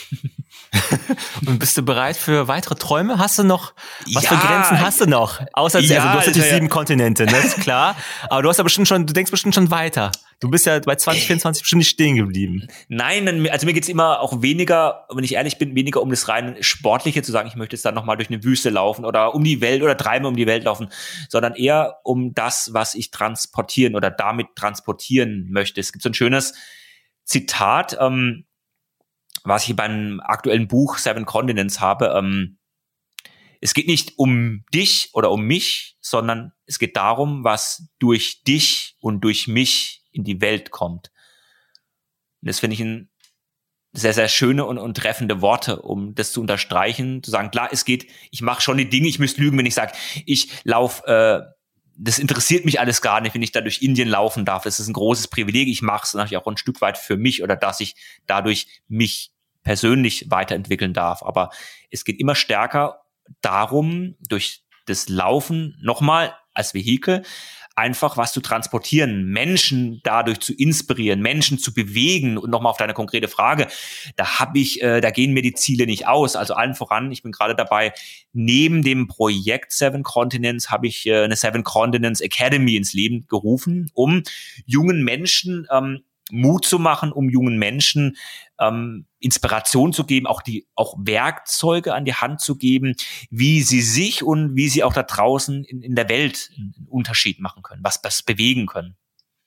Und bist du bereit für weitere Träume? Hast du noch, was ja, für Grenzen hast du noch? Außer, ja, also du hast natürlich ja sieben Kontinente, ne, ist klar. Aber du hast ja bestimmt schon, du denkst bestimmt schon weiter. Du bist ja bei zwanzig vierundzwanzig bestimmt nicht stehen geblieben. Nein, also mir geht's immer auch weniger, wenn ich ehrlich bin, weniger um das rein Sportliche zu sagen, ich möchte jetzt dann nochmal durch eine Wüste laufen oder um die Welt oder dreimal um die Welt laufen, sondern eher um das, was ich transportieren oder damit transportieren möchte. Es gibt so ein schönes Zitat, ähm, was ich beim aktuellen Buch Seven Continents habe. Ähm, es geht nicht um dich oder um mich, sondern es geht darum, was durch dich und durch mich in die Welt kommt. Und das finde ich ein sehr, sehr schöne und, und treffende Worte, um das zu unterstreichen, zu sagen, klar, es geht, ich mache schon die Dinge, ich müsste lügen, wenn ich sage, ich laufe, äh, das interessiert mich alles gar nicht, wenn ich da durch Indien laufen darf. Das ist ein großes Privileg, ich mache es natürlich auch ein Stück weit für mich oder dass ich dadurch mich persönlich weiterentwickeln darf. Aber es geht immer stärker darum, durch das Laufen nochmal als Vehikel einfach was zu transportieren, Menschen dadurch zu inspirieren, Menschen zu bewegen. Und nochmal auf deine konkrete Frage, da habe ich, äh, da gehen mir die Ziele nicht aus. Also allen voran, ich bin gerade dabei, neben dem Projekt Seven Continents habe ich äh, eine Seven Continents Academy ins Leben gerufen, um jungen Menschen ähm, Mut zu machen, um jungen Menschen ähm, Inspiration zu geben, auch die auch Werkzeuge an die Hand zu geben, wie sie sich und wie sie auch da draußen in, in der Welt einen Unterschied machen können, was das bewegen können.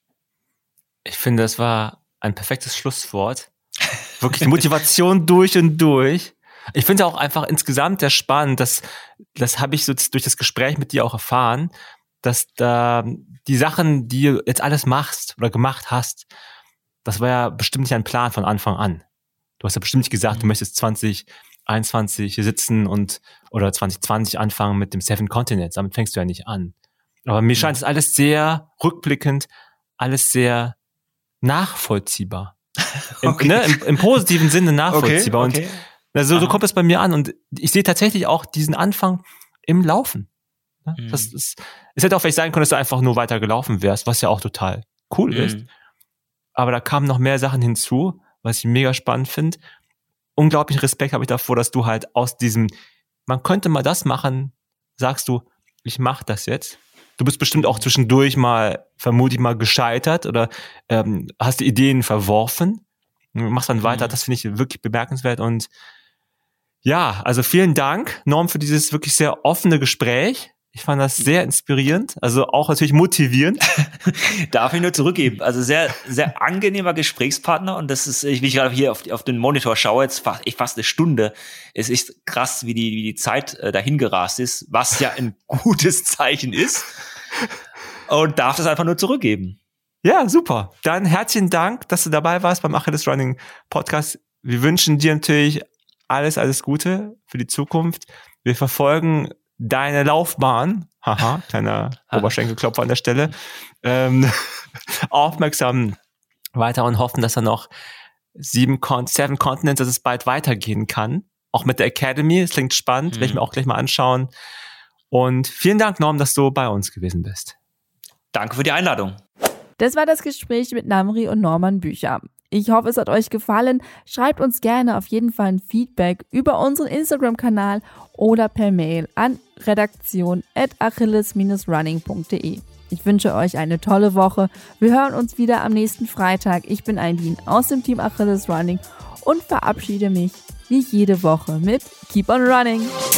Ich finde, das war ein perfektes Schlusswort. Wirklich Motivation durch und durch. Ich finde es auch einfach insgesamt sehr spannend, dass, das habe ich so durch das Gespräch mit dir auch erfahren, dass da die Sachen, die du jetzt alles machst oder gemacht hast, das war ja bestimmt nicht ein Plan von Anfang an. Du hast ja bestimmt nicht gesagt, mhm. du möchtest zwanzig einundzwanzig hier sitzen und oder zwanzig zwanzig anfangen mit dem Seven Continents. Damit fängst du ja nicht an. Aber mir mhm. scheint es alles sehr rückblickend, alles sehr nachvollziehbar. Okay. Im, ne, im, im positiven Sinne nachvollziehbar. Okay, okay. Und also, so kommt es bei mir an. Und ich sehe tatsächlich auch diesen Anfang im Laufen. Mhm. Das ist, es hätte auch vielleicht sein können, dass du einfach nur weiter gelaufen wärst, was ja auch total cool mhm. ist. Aber da kamen noch mehr Sachen hinzu, was ich mega spannend finde. Unglaublichen Respekt habe ich davor, dass du halt aus diesem, man könnte mal das machen, sagst du, ich mache das jetzt. Du bist bestimmt auch zwischendurch mal, vermutlich mal gescheitert oder ähm, hast die Ideen verworfen. Du machst dann weiter, mhm. das finde ich wirklich bemerkenswert. Und ja, also vielen Dank, Norm, für dieses wirklich sehr offene Gespräch. Ich fand das sehr inspirierend, also auch natürlich motivierend. Darf ich nur zurückgeben. Also sehr, sehr angenehmer Gesprächspartner und das ist, wie ich gerade hier auf, auf den Monitor schaue, jetzt fast, ich fast eine Stunde. Es ist krass, wie die, wie die Zeit äh, dahin gerast ist, was ja ein gutes Zeichen ist und darf das einfach nur zurückgeben. Ja, super. Dann herzlichen Dank, dass du dabei warst beim Achilles Running Podcast. Wir wünschen dir natürlich alles, alles Gute für die Zukunft. Wir verfolgen deine Laufbahn, haha, kleiner Oberschenkelklopfer an der Stelle, ähm, aufmerksam weiter und hoffen, dass er noch sieben Con- Seven Continents, dass es bald weitergehen kann. Auch mit der Academy, es klingt spannend, mhm. werde ich mir auch gleich mal anschauen. Und vielen Dank, Norm, dass du bei uns gewesen bist. Danke für die Einladung. Das war das Gespräch mit Namri und Norman Bücher. Ich hoffe, es hat euch gefallen. Schreibt uns gerne auf jeden Fall ein Feedback über unseren Instagram-Kanal oder per Mail an redaktion at achilles running punkt de. Ich wünsche euch eine tolle Woche. Wir hören uns wieder am nächsten Freitag. Ich bin Eileen aus dem Team Achilles Running und verabschiede mich wie jede Woche mit Keep on Running.